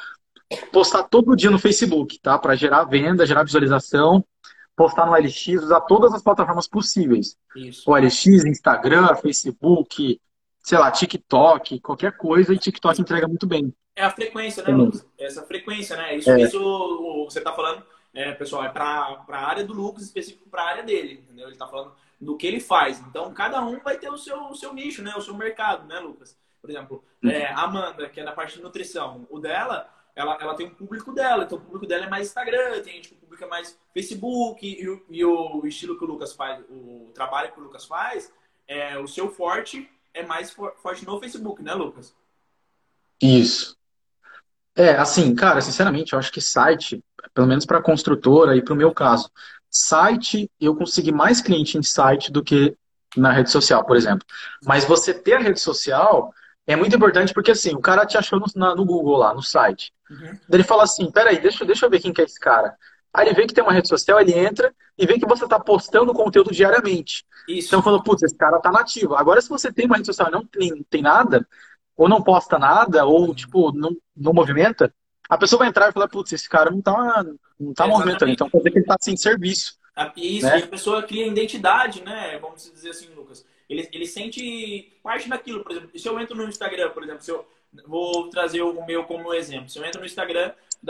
postar todo dia no Facebook, tá? Para gerar venda, gerar visualização, postar no LX, usar todas as plataformas possíveis. Isso. O LX, Instagram, Facebook, sei lá, TikTok, qualquer coisa, e TikTok entrega muito bem. É a frequência, né, Também. Lucas? Essa frequência, né? Isso, É, isso você está falando, pessoal, é para a área do Lucas, específico para a área dele, entendeu? Ele está falando do que ele faz. Então, cada um vai ter o seu nicho, né? O seu mercado, né, Lucas? Por exemplo, a Amanda, que é da parte de nutrição, o dela, ela tem um público dela, então o público dela é mais Instagram, tem gente que publica mais Facebook, e o estilo que o Lucas faz, o trabalho que o Lucas faz, o seu forte é mais forte no Facebook, né, Lucas? isso. Assim, cara, sinceramente, eu acho que site, pelo menos para construtora e para o meu caso, site, eu consegui mais cliente em site do que na rede social, por exemplo. Mas você ter a rede social é muito importante porque, assim, o cara te achou no Google lá, no site. Uhum. Daí ele fala assim, peraí, deixa eu ver quem que é esse cara. Aí ele vê que tem uma rede social, ele entra e vê que você está postando conteúdo diariamente. Então Isso. falou, putz, esse cara tá nativo. Agora, se você tem uma rede social e não tem nada, ou não posta nada, ou tipo, não movimenta, a pessoa vai entrar e falar, putz, esse cara não tá movimentando, então Exatamente. quer dizer que ele tá sem serviço, Isso, e né? a pessoa cria identidade, né? Vamos dizer assim, Lucas. Ele sente parte daquilo, por exemplo. Se eu entro no Instagram, por exemplo, se eu vou trazer o meu como exemplo. Se eu entro no Instagram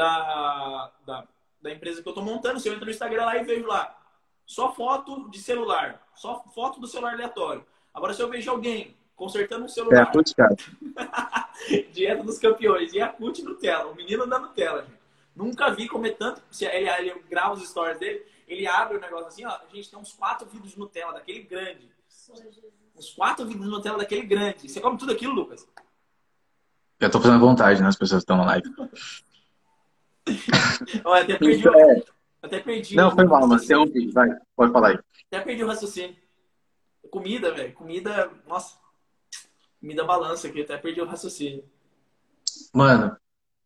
da empresa que eu estou montando, se eu entro no Instagram lá e vejo lá só foto de celular, só foto do celular aleatório. Agora, se eu vejo alguém consertando um celular, Putz, cara. dieta dos campeões, e a Cut Nutella, o menino da Nutella, gente. Nunca vi comer tanto. Se ele grava os stories dele, ele abre o negócio assim, ó. A gente tem uns 4 vidros de Nutella daquele grande. Uns 4 vidros de Nutella daquele grande. Você come tudo aquilo, Lucas? Eu tô fazendo vontade, né? As pessoas estão na live. Olha, Então, até perdi não, o foi mal, mas raciocínio. interrompi. Vai, pode falar aí. Até perdi o raciocínio. Comida, velho. Comida, nossa. Comida balança aqui. Até perdi o raciocínio. Mano,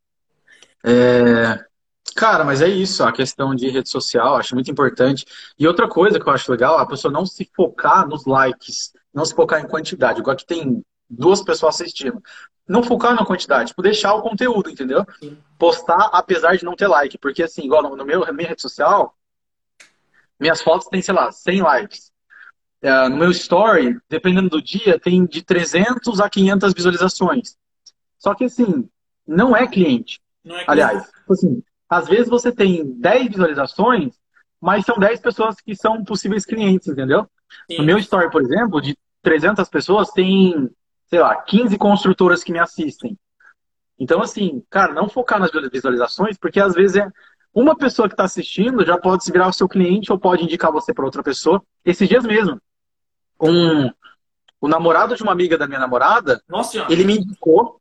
cara, mas é isso, a questão de rede social, acho muito importante. E outra coisa que eu acho legal, a pessoa não se focar nos likes, não se focar em quantidade, igual que tem 2 pessoas assistindo. Não focar na quantidade, tipo, deixar o conteúdo, entendeu? Sim. Postar apesar de não ter like, porque assim, igual na minha rede social, minhas fotos têm, sei lá, 100 likes. No meu story, dependendo do dia, tem de 300 a 500 visualizações. Só que assim, não é cliente. Não é Aliás, cliente. tipo assim, às vezes você tem 10 visualizações, mas são 10 pessoas que são possíveis clientes, entendeu? No Sim. meu story, por exemplo, de 300 pessoas, tem, sei lá, 15 construtoras que me assistem. Então, assim, cara, não focar nas visualizações, porque às vezes uma pessoa que está assistindo já pode se virar o seu cliente ou pode indicar você para outra pessoa. Esses dias mesmo, um, o namorado de uma amiga da minha namorada, Nossa senhora. ele me indicou.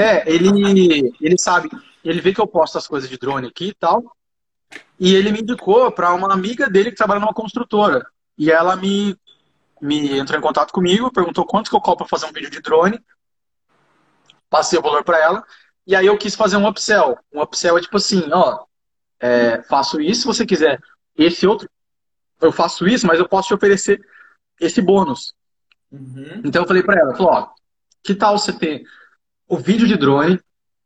Ele sabe, ele vê que eu posto as coisas de drone aqui e tal, e ele me indicou para uma amiga dele que trabalha numa construtora. E ela me entrou em contato comigo, perguntou quanto que eu cobro para fazer um vídeo de drone, passei o valor para ela, e aí eu quis fazer um upsell. Um upsell é tipo assim, ó, faço isso, se você quiser esse outro, eu faço isso, mas eu posso te oferecer esse bônus. Uhum. Então eu falei para ela, falou, ó, que tal você ter o vídeo de drone,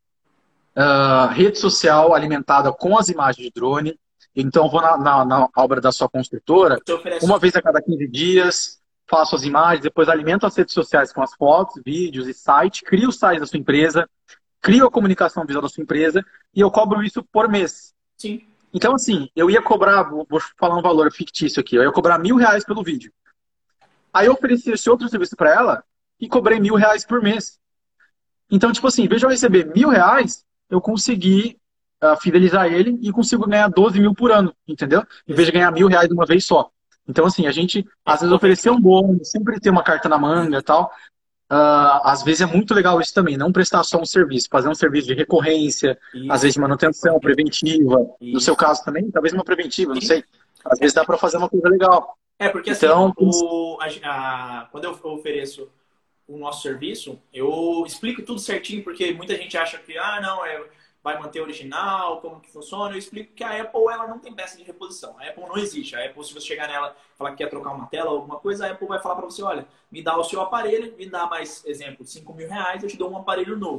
rede social alimentada com as imagens de drone. Então, eu vou na obra da sua construtora, Você oferece. uma vez a cada 15 dias, faço as imagens, depois alimento as redes sociais com as fotos, vídeos e site, crio o site da sua empresa, crio a comunicação visual da sua empresa e eu cobro isso por mês. Sim. Então, assim, eu ia cobrar, vou falar um valor fictício aqui, eu ia cobrar R$ 1.000 pelo vídeo. Aí eu ofereci esse outro serviço para ela e cobrei R$ 1.000 por mês. Então, tipo assim, em vez de eu receber R$ 1.000, eu consegui fidelizar ele e consigo ganhar 12 mil por ano, entendeu? Em vez de ganhar R$ 1.000 de uma vez só. Então, assim, a gente, às vezes, oferecer um bônus, sempre ter uma carta na manga e tal. Às vezes é muito legal isso também, não prestar só um serviço, fazer um serviço de recorrência, às Isso. vezes de manutenção preventiva. No seu Isso. caso também, talvez uma preventiva, não Sim. sei. Às vezes dá para fazer uma coisa legal. Porque assim, Então, quando eu ofereço o nosso serviço, eu explico tudo certinho, porque muita gente acha que, não, vai manter original, como que funciona. Eu explico que a Apple, ela não tem peça de reposição. A Apple não existe. A Apple, se você chegar nela e falar que quer trocar uma tela ou alguma coisa, a Apple vai falar para você, olha, me dá o seu aparelho, me dá mais, exemplo, R$ 5.000, eu te dou um aparelho novo.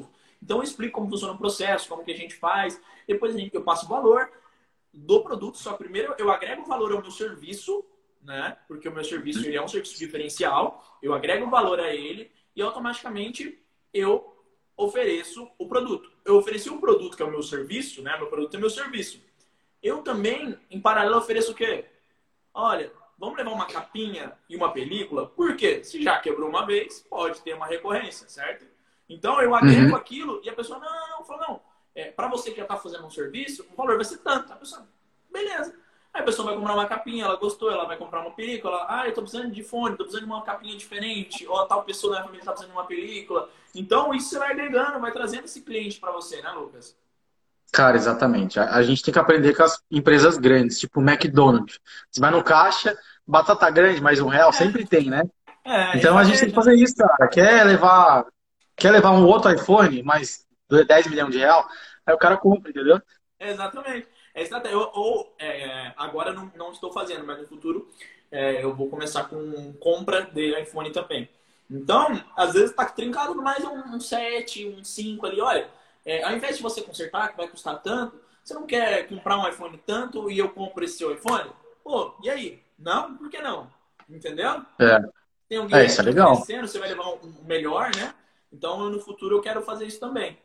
Então eu explico como funciona o processo, como que a gente faz, depois eu passo o valor do produto, só primeiro eu agrego valor ao meu serviço, né? Porque o meu serviço ele é um serviço diferencial, eu agrego valor a ele e automaticamente eu ofereço o produto. Eu ofereci um produto que é o meu serviço, né? Meu produto é meu serviço. Eu também, em paralelo, ofereço o quê? Olha, vamos levar uma capinha e uma película? Por quê? Se já quebrou uma vez, pode ter uma recorrência, certo? Então eu agrego aquilo e a pessoa, não, fala, não. Para você que já está fazendo um serviço, o valor vai ser tanto. A pessoa, beleza. Aí a pessoa vai comprar uma capinha, ela gostou, ela vai comprar uma película, eu tô precisando de fone, tô precisando de uma capinha diferente, ou a tal pessoa da minha família tá precisando de uma película. Então isso você vai agregando, vai trazendo esse cliente para você, né, Lucas? Cara, exatamente. A gente tem que aprender com as empresas grandes, tipo o McDonald's. Você vai no caixa, batata grande, mais R$ 1, sempre tem, né? Então a gente tem que Estratégia, né? fazer isso, cara. Quer levar um outro iPhone, mais 10 milhões de reais, aí o cara compra, entendeu? Exatamente. É estratégia. Agora eu não estou fazendo, mas no futuro eu vou começar com compra de iPhone também. Então, às vezes está trincado mais um 7, um 5 ali. Olha, ao invés de você consertar, que vai custar tanto, você não quer comprar um iPhone tanto e eu compro esse seu iPhone? Pô, e aí? Não? Por que não? Entendeu? Tem alguém É, aí isso é te legal. oferecendo, você vai levar um melhor, né? Então, no futuro eu quero fazer isso também.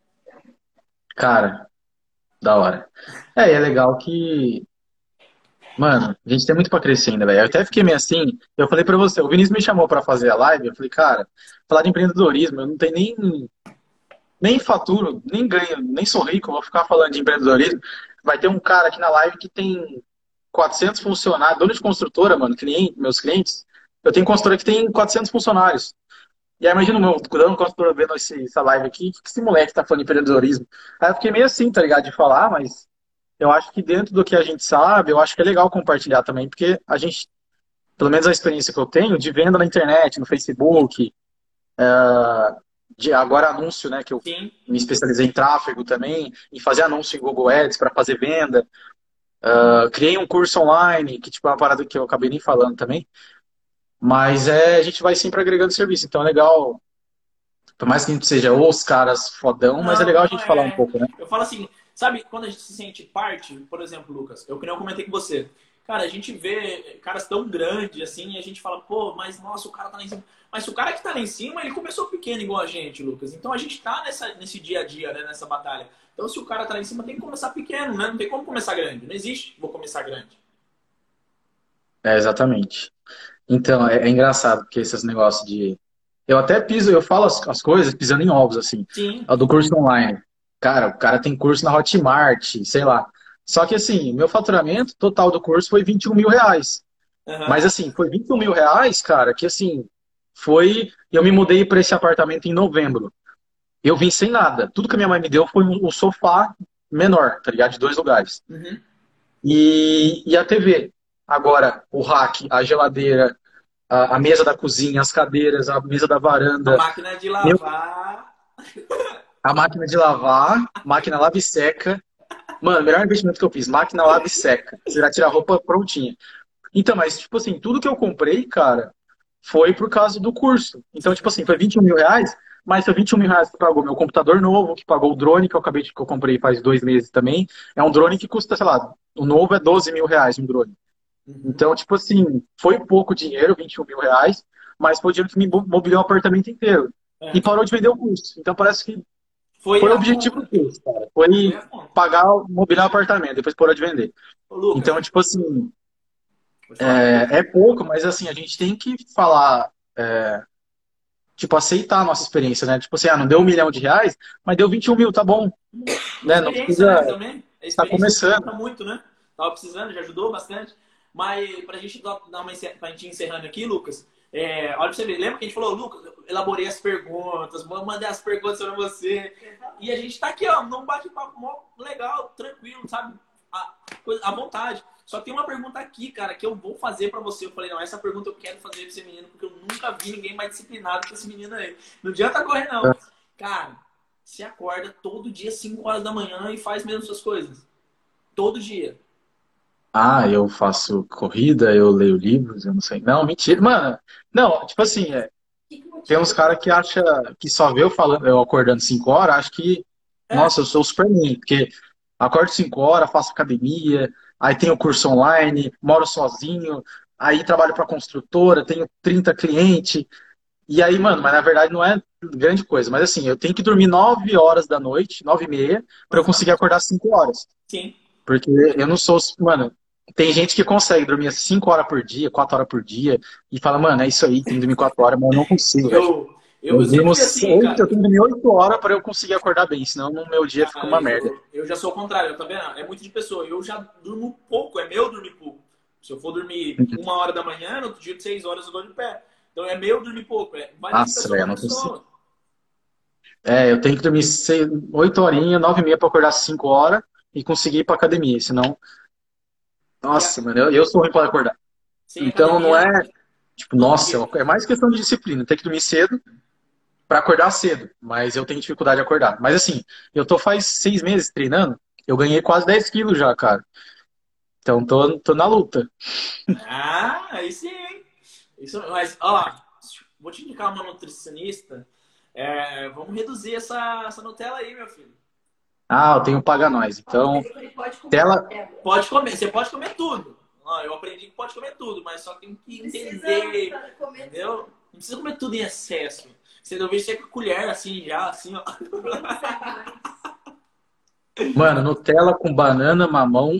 Cara, da hora. É, e é legal que, mano, a gente tem muito pra crescer ainda, velho. Eu até fiquei meio assim, eu falei pra você, o Vinícius me chamou pra fazer a live, eu falei, cara, falar de empreendedorismo, eu não tenho nem faturo, nem ganho, nem sou rico, eu vou ficar falando de empreendedorismo. Vai ter um cara aqui na live que tem 400 funcionários, dono de construtora, mano, meus clientes. Eu tenho construtora que tem 400 funcionários. E aí, imagina o meu dono de construtora vendo essa live aqui, que esse moleque tá falando de empreendedorismo. Aí eu fiquei meio assim, tá ligado, de falar, mas eu acho que dentro do que a gente sabe, eu acho que é legal compartilhar também, porque a gente, pelo menos a experiência que eu tenho, de venda na internet, no Facebook, de agora anúncio, né, que eu Sim. me especializei em tráfego também, em fazer anúncio em Google Ads para fazer venda. Criei um curso online, que tipo, é uma parada que eu acabei nem falando também. Mas a gente vai sempre agregando serviço. Então é legal, por mais que a gente seja os caras fodão, mas é Não, legal a não gente falar um é. pouco, né? Eu falo assim, sabe quando a gente se sente parte, por exemplo, Lucas, eu que nem eu comentei com você. Cara, a gente vê caras tão grandes assim e a gente fala, pô, mas nossa, o cara tá lá em cima. Mas o cara que tá lá em cima, ele começou pequeno igual a gente, Lucas. Então a gente tá nesse dia a dia, né, nessa batalha. Então se o cara tá lá em cima, tem que começar pequeno, né? Não tem como começar grande. Não existe, vou começar grande. É, exatamente. Então, é engraçado, porque esses negócios de. Eu até piso, eu falo as coisas pisando em ovos, assim. Sim. A do curso online. Cara, o cara tem curso na Hotmart, sei lá. Só que assim, meu faturamento total do curso foi R$ 21.000. Aham. Mas assim, foi R$ 21.000, cara, que assim, foi. Eu me mudei para esse apartamento em novembro. Eu vim sem nada. Tudo que a minha mãe me deu foi um sofá menor, tá ligado? De 2 lugares. Uhum. E a TV. Agora, o rack, a geladeira, a mesa da cozinha, as cadeiras, a mesa da A varanda, máquina de meu, lavar. a máquina de lavar, máquina lava e seca. Mano, o melhor investimento que eu fiz, máquina lava e seca. Você já tira a roupa prontinha. Então, mas, tipo assim, tudo que eu comprei, cara, foi por causa do curso. Então, tipo assim, foi R$ 21.000, mas foi R$ 21.000 que pagou meu computador novo, que pagou o drone que eu comprei faz 2 meses também. É um drone que custa, sei lá, o novo é R$ 12.000, um drone. Uhum. Então, tipo assim, foi pouco dinheiro, R$ 21.000, mas foi o dinheiro que me mobiliou o apartamento inteiro. E É. parou de vender o curso. Então parece que Foi foi o a objetivo do conta. curso, cara. Foi Foi a conta. pagar, mobiliar o apartamento, depois parou de vender. Ô, Lucas, Então, tipo assim, pode falar. é pouco, mas assim, a gente tem que falar, tipo, aceitar a nossa experiência, né? Tipo assim, não deu R$ 1.000.000, mas deu 21 mil, tá bom, né? Não Experiência, né, precisa também. A estar experiência começando. conta muito, né? Tava precisando, já ajudou bastante. Mas pra gente dar pra gente ir encerrando aqui, Lucas, olha pra você ver, lembra que a gente falou, Lucas, eu elaborei as perguntas, mandei as perguntas pra você. E a gente tá aqui, ó, num bate-papo mó legal, tranquilo, sabe? À vontade. Só tem uma pergunta aqui, cara, que eu vou fazer pra você. Eu falei, não, essa pergunta eu quero fazer pra esse menino, porque eu nunca vi ninguém mais disciplinado que esse menino aí. Não adianta correr, não. Cara, você acorda todo dia 5 horas da manhã e faz mesmo suas coisas. Todo dia. Ah, eu faço corrida, eu leio livros, eu não sei. Não, mentira. Mano, não, tipo assim, Que Tem uns motiva? caras que acham que só vê eu falando, eu acordando 5 horas, acho que, É, nossa, eu sou o Superman, porque acordo 5 horas, faço academia, aí tenho curso online, moro sozinho, aí trabalho para construtora, tenho 30 clientes, e aí, mano, mas na verdade não é grande coisa, mas assim, eu tenho que dormir 9 horas da noite, 9h30, para eu conseguir aham, acordar 5 horas. sim. Porque eu não sou. Mano, tem gente que consegue dormir 5 horas por dia, 4 horas por dia, e fala, mano, é isso aí, tem que dormir 4 horas, mas eu não consigo, velho. Eu Eu sempre durmo fui assim, 8, eu cara. tenho que dormir 8 horas para eu conseguir acordar bem, senão no meu dia fica Ah, uma merda. eu já sou o contrário, tá vendo? É muito de pessoa. Eu já durmo pouco, é meu dormir pouco. Se eu for dormir 1 hora da manhã, no outro dia de 6 horas eu dou de pé. Então é meu dormir pouco. Varia de Nossa, pessoa velho, eu para não consigo. pessoa. É, eu tenho que dormir 8 horinhas, 9h30 para acordar 5 horas e conseguir ir pra academia, senão. E a, Nossa, mano, eu sou ruim para acordar. sem Então não academia, é, tipo, não nossa, vive. é mais questão de disciplina. Tem que dormir cedo para acordar cedo, mas eu tenho dificuldade de acordar. Mas assim, eu tô faz 6 meses treinando, eu ganhei quase 10 quilos já, cara. Então tô na luta. Ah, aí sim, hein? Isso, mas, ó lá, vou te indicar uma nutricionista. Vamos reduzir essa Nutella aí, meu filho. Ah, eu tenho Paga Nós. Ó, Então, mas ele pode comer tela. Nutella. Pode comer, você pode comer tudo. Ó, eu aprendi que pode comer tudo, mas só tem que Precisa entender, para comer entendeu? tudo. Não precisa comer tudo em excesso. Você deve ser com a colher, assim, já, assim, ó. Nem sabe mais. Mano, Nutella com banana, mamão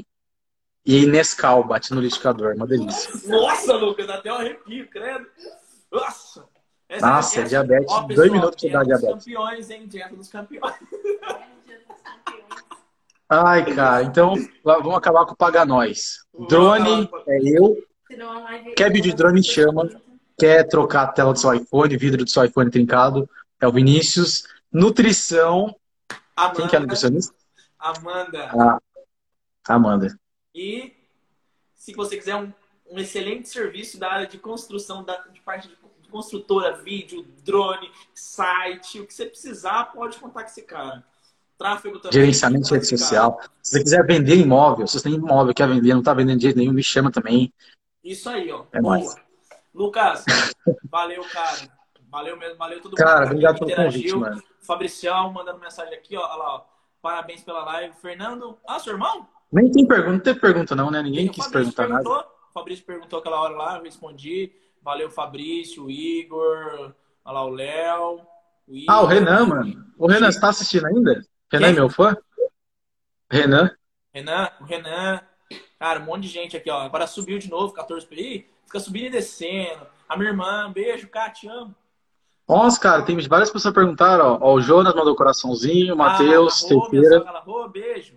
e Nescau bate no liquidificador. Uma delícia. Nossa, Lucas, dá até um arrepio, credo. Nossa! Nossa, é diabetes. Ó, 2 minutos pessoal, pra você dar dieta dos diabetes. campeões, hein? Dieta dos campeões. É um dia dos campeões. Ai, cara, então vamos acabar com o Paga Nós. Vamos acabar Drone com... é eu. Senão a live Quer vai vídeo de ficar drone, muito chama. bonita. Quer trocar a tela do seu iPhone, vidro do seu iPhone trincado, é o Vinícius. Nutrição. Quem que é a Amanda, nutricionista? Amanda. A Amanda. E se você quiser um excelente serviço da área de construção, de parte de construtora, vídeo, drone, site, o que você precisar, pode contar com esse cara. Tráfego também, pode Gerenciamento de contar com rede esse cara. social. Se você quiser vender imóvel, se você tem imóvel, quer vender, não está vendendo de jeito nenhum, me chama também. Isso aí, ó. É Boa. nóis. Lucas, valeu, cara. Valeu mesmo, valeu todo mundo Cara, que obrigado pelo convite, interagiu. mano. Fabricião mandando mensagem aqui, ó. Olha lá, ó. Parabéns pela live. Fernando. Ah, seu irmão? Nem tem pergunta, não teve pergunta não, né? Ninguém O quis Fabrício perguntar nada. perguntou. O Fabrício perguntou aquela hora lá, eu respondi. Valeu, Fabrício, o Igor. Olha lá, o Léo, o Ah, o Igor. Renan, mano. O Renan, você tá assistindo ainda? Renan é Quem? meu fã? Renan? Renan, o Renan. Cara, um monte de gente aqui, ó. Agora subiu de novo, 14. Ih, fica subindo e descendo. A minha irmã, beijo, Cá, te amo. Nossa, cara, tem várias pessoas que perguntaram, ó. Ó, o Jonas mandou coraçãozinho, o Ah, a Matheus, Rô, minha Teixeira. sogra, ela, Rô, beijo.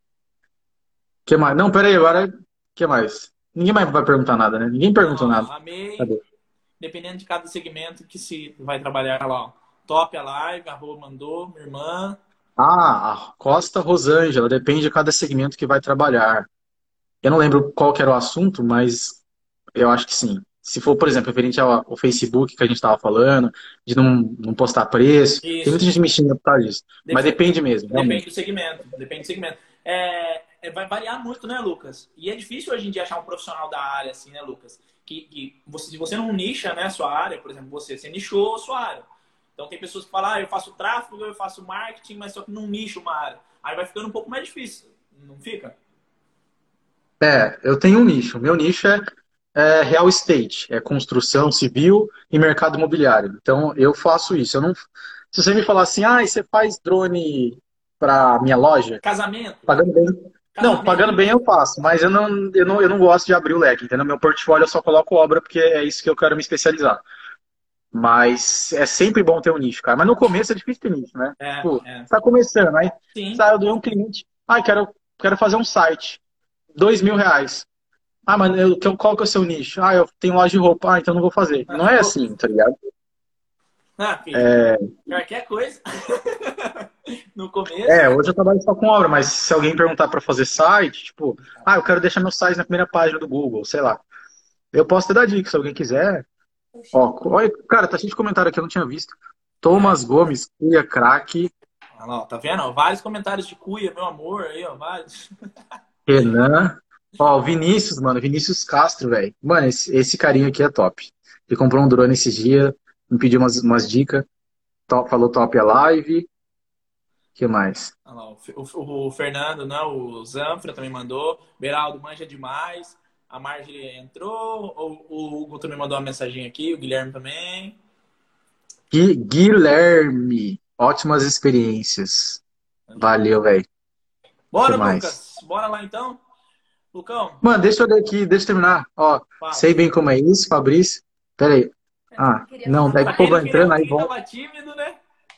Que mais? Não, pera aí, agora, que mais? Ninguém mais vai perguntar nada, né? Ninguém perguntou Não, nada. amei. Cadê? Dependendo de cada segmento que se vai trabalhar lá, ó. Top a live, a Rô mandou, minha irmã. Ah, a Costa Rosângela, depende de cada segmento que vai trabalhar. Eu não lembro qual que era o assunto, mas eu acho que sim. Se for, por exemplo, referente ao Facebook que a gente estava falando, de não postar preço, tem muita Isso. gente me xingando por causa disso. Mas depende mesmo, Depende realmente. do segmento. Depende do segmento. Vai variar muito, né, Lucas? E é difícil hoje em dia achar um profissional da área, assim, né, Lucas? Se você não nicha, né, a sua área, por exemplo, você nichou a sua área. Então tem pessoas que falam, eu faço tráfego, eu faço marketing, mas só que não nicho uma área. Aí vai ficando um pouco mais difícil, não fica? É, eu tenho um nicho. Meu nicho é real estate, é construção civil e mercado imobiliário. Então eu faço isso. Eu não, se você me falar assim, ah, e você faz drone para minha loja, Casamento? pagando bem. Não, Casamento? pagando bem eu faço, mas eu não gosto de abrir o leque, entendeu? Meu portfólio eu só coloco obra porque é isso que eu quero me especializar. Mas é sempre bom ter um nicho, cara. Mas no começo é difícil ter nicho, né? Tipo, É. tá começando, aí Sim. saiu de um cliente, ah, quero fazer um site, R$ 2.000. Ah, mas qual que é o seu nicho? Ah, eu tenho loja de roupa, ah, então não vou fazer. Não é assim, tá ligado? Ah, filho. Qualquer coisa. No começo. Hoje eu trabalho só com obra, mas se alguém perguntar pra fazer site, tipo, ah, eu quero deixar meu site na primeira página do Google, sei lá. Eu posso te dar dica se alguém quiser. Ó, olha, cara, tá cheio de comentário aqui, eu não tinha visto. Thomas Gomes, Cuia Craque, Olha lá, ó, tá vendo? Vários comentários de cuia, meu amor, aí, ó, vários. Renan. Ó, o Vinícius, mano, Vinícius Castro, velho. Mano, esse carinha aqui é top. Ele comprou um drone esses dias. me pediu umas dicas. Falou top a live. O que mais? Olha lá, o Fernando, né? O Zanfra também mandou. Beraldo manja demais. A Marjorie entrou. O Hugo também mandou uma mensagem aqui. O Guilherme também. Guilherme, ótimas experiências. Valeu, velho. O que Bora, mais? Lucas. Bora lá então. Lucão, Mano, deixa eu ler aqui, deixa eu terminar. Ó, fala. sei bem como é isso, Fabrício. Pera aí. Eu Ah, queria não, daí falar. que o povo vai Ele entrando, aí quem volta. tava tímido, né?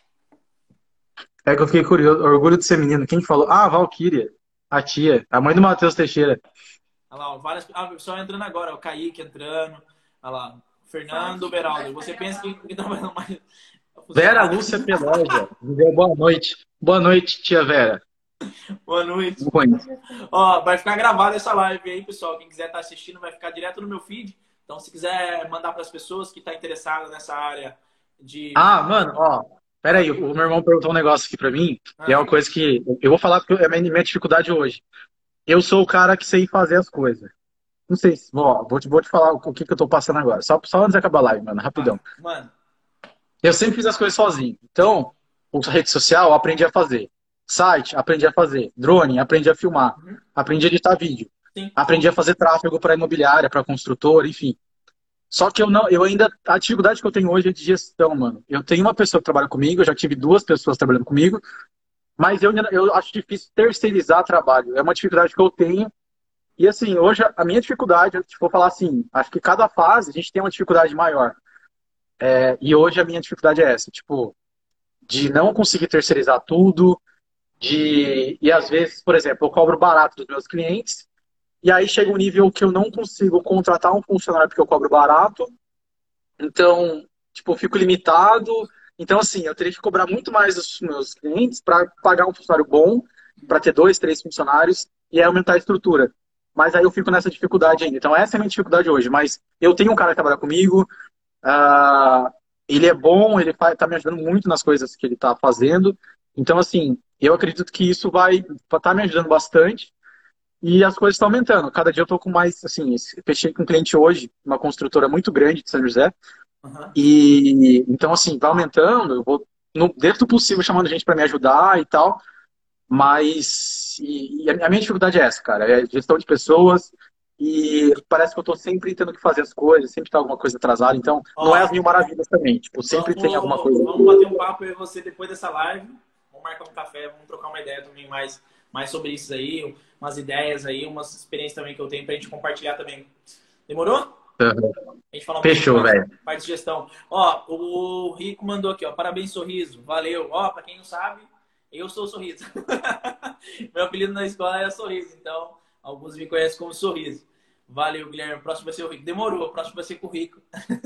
É que eu fiquei curioso, orgulho de ser menino. Quem que falou? Ah, Valquíria, a tia, a mãe do Matheus Teixeira. Olha lá, ó, várias. Ah, o pessoal entrando agora. O Kaique entrando. Olha lá. O Fala Fernando, que vai Beraldo. ficar Você pensa gravado. que tá fazendo mais Vera funcionário? Lúcia Peloja. Boa noite. Boa noite, tia Vera. Boa noite. Não conheço. Ó, vai ficar gravada essa live aí, pessoal. Quem quiser estar assistindo vai ficar direto no meu feed. Então, se quiser mandar para as pessoas que estão interessadas nessa área de. Ah, mano, ó. Pera aí, o meu irmão perguntou um negócio aqui pra mim, e é Ah, uma coisa que eu vou falar porque é a minha dificuldade hoje. Eu sou o cara que sei fazer as coisas. Não sei se, ó, vou te falar o que que eu tô passando agora. Só antes de acabar a live, mano, rapidão. mano, Eu sempre fiz as coisas sozinho. Então, rede social, eu aprendi a fazer. Site, aprendi a fazer. Drone, aprendi a filmar. uhum, Aprendi a editar vídeo. sim. Aprendi a fazer tráfego para imobiliária, para construtor, enfim. Só que eu ainda, a dificuldade que eu tenho hoje é de gestão, mano. Eu tenho uma pessoa que trabalha comigo, eu já tive duas pessoas trabalhando comigo, mas eu acho difícil terceirizar trabalho. É uma dificuldade que eu tenho. E assim, hoje a minha dificuldade, eu vou falar assim, acho que cada fase a gente tem uma dificuldade maior. E hoje a minha dificuldade é essa, tipo, de não conseguir terceirizar tudo, e às vezes, por exemplo, eu cobro barato dos meus clientes, e aí chega um nível que eu não consigo contratar um funcionário porque eu cobro barato, então, tipo, eu fico limitado. Então, assim, eu teria que cobrar muito mais dos meus clientes para pagar um funcionário bom, para ter dois, três funcionários, e aí aumentar a estrutura. Mas aí eu fico nessa dificuldade ainda. Então, essa é a minha dificuldade hoje. Mas eu tenho um cara que trabalha comigo, ah, ele é bom, ele tá me ajudando muito nas coisas que ele tá fazendo. Então, assim, eu acredito que isso vai estar me ajudando bastante. E as coisas estão aumentando. Cada dia eu tô com mais, assim, fechei com um cliente hoje, uma construtora muito grande de São José. Uhum. E então, assim, vai aumentando. Eu vou, dentro do possível, chamando gente para me ajudar e tal. Mas e a minha dificuldade é essa, cara. É gestão de pessoas. E parece que eu tô sempre tendo que fazer as coisas, sempre tá alguma coisa atrasada. Então, não é Ó, as mil maravilhas também. Tipo, sempre tem alguma coisa. vamos bater um papo eu e você depois dessa live. Vamos marcar um café, vamos trocar uma ideia também mais sobre isso aí, umas ideias aí, umas experiências também que eu tenho pra gente compartilhar também. Demorou? A gente fala um pouquinho Fechou, mais velho. parte de gestão. Ó, o Rico mandou aqui, ó. Parabéns, Sorriso. Valeu. Ó, pra quem não sabe, eu sou o Sorriso. Meu apelido na escola era Sorriso, então alguns me conhecem como Sorriso. Valeu, Guilherme. O próximo vai ser o Rico. Demorou, o próximo vai ser com o Rico.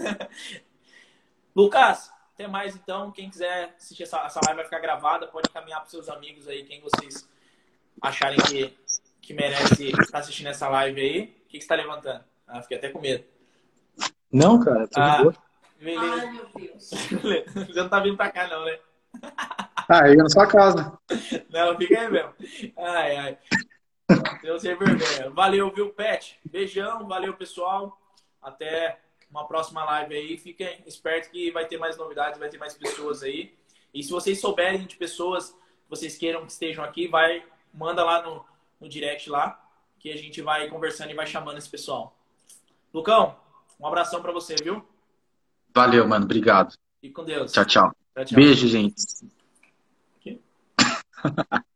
Lucas, até mais então. Quem quiser assistir essa live vai ficar gravada, pode encaminhar para seus amigos aí, quem vocês acharem que merece estar assistindo essa live aí. O que você está levantando? Ah, fiquei até com medo. Não, cara, tudo de boa. Beleza. Ai, meu Deus. Você não tá vindo pra cá, não, né? Ah, eu ia na sua casa. Não, fica aí mesmo. Ai, ai. Deus sem vergonha. Valeu, viu, Pet? Beijão, valeu, pessoal. Até uma próxima live aí. Fiquem espertos que vai ter mais novidades, vai ter mais pessoas aí. E se vocês souberem de pessoas que vocês queiram que estejam aqui, manda lá no direct lá, que a gente vai conversando e vai chamando esse pessoal. Lucão, um abração pra você, viu? Valeu, mano. Obrigado. Fique com Deus. Tchau, tchau. Tchau, tchau. Beijo, gente. Aqui.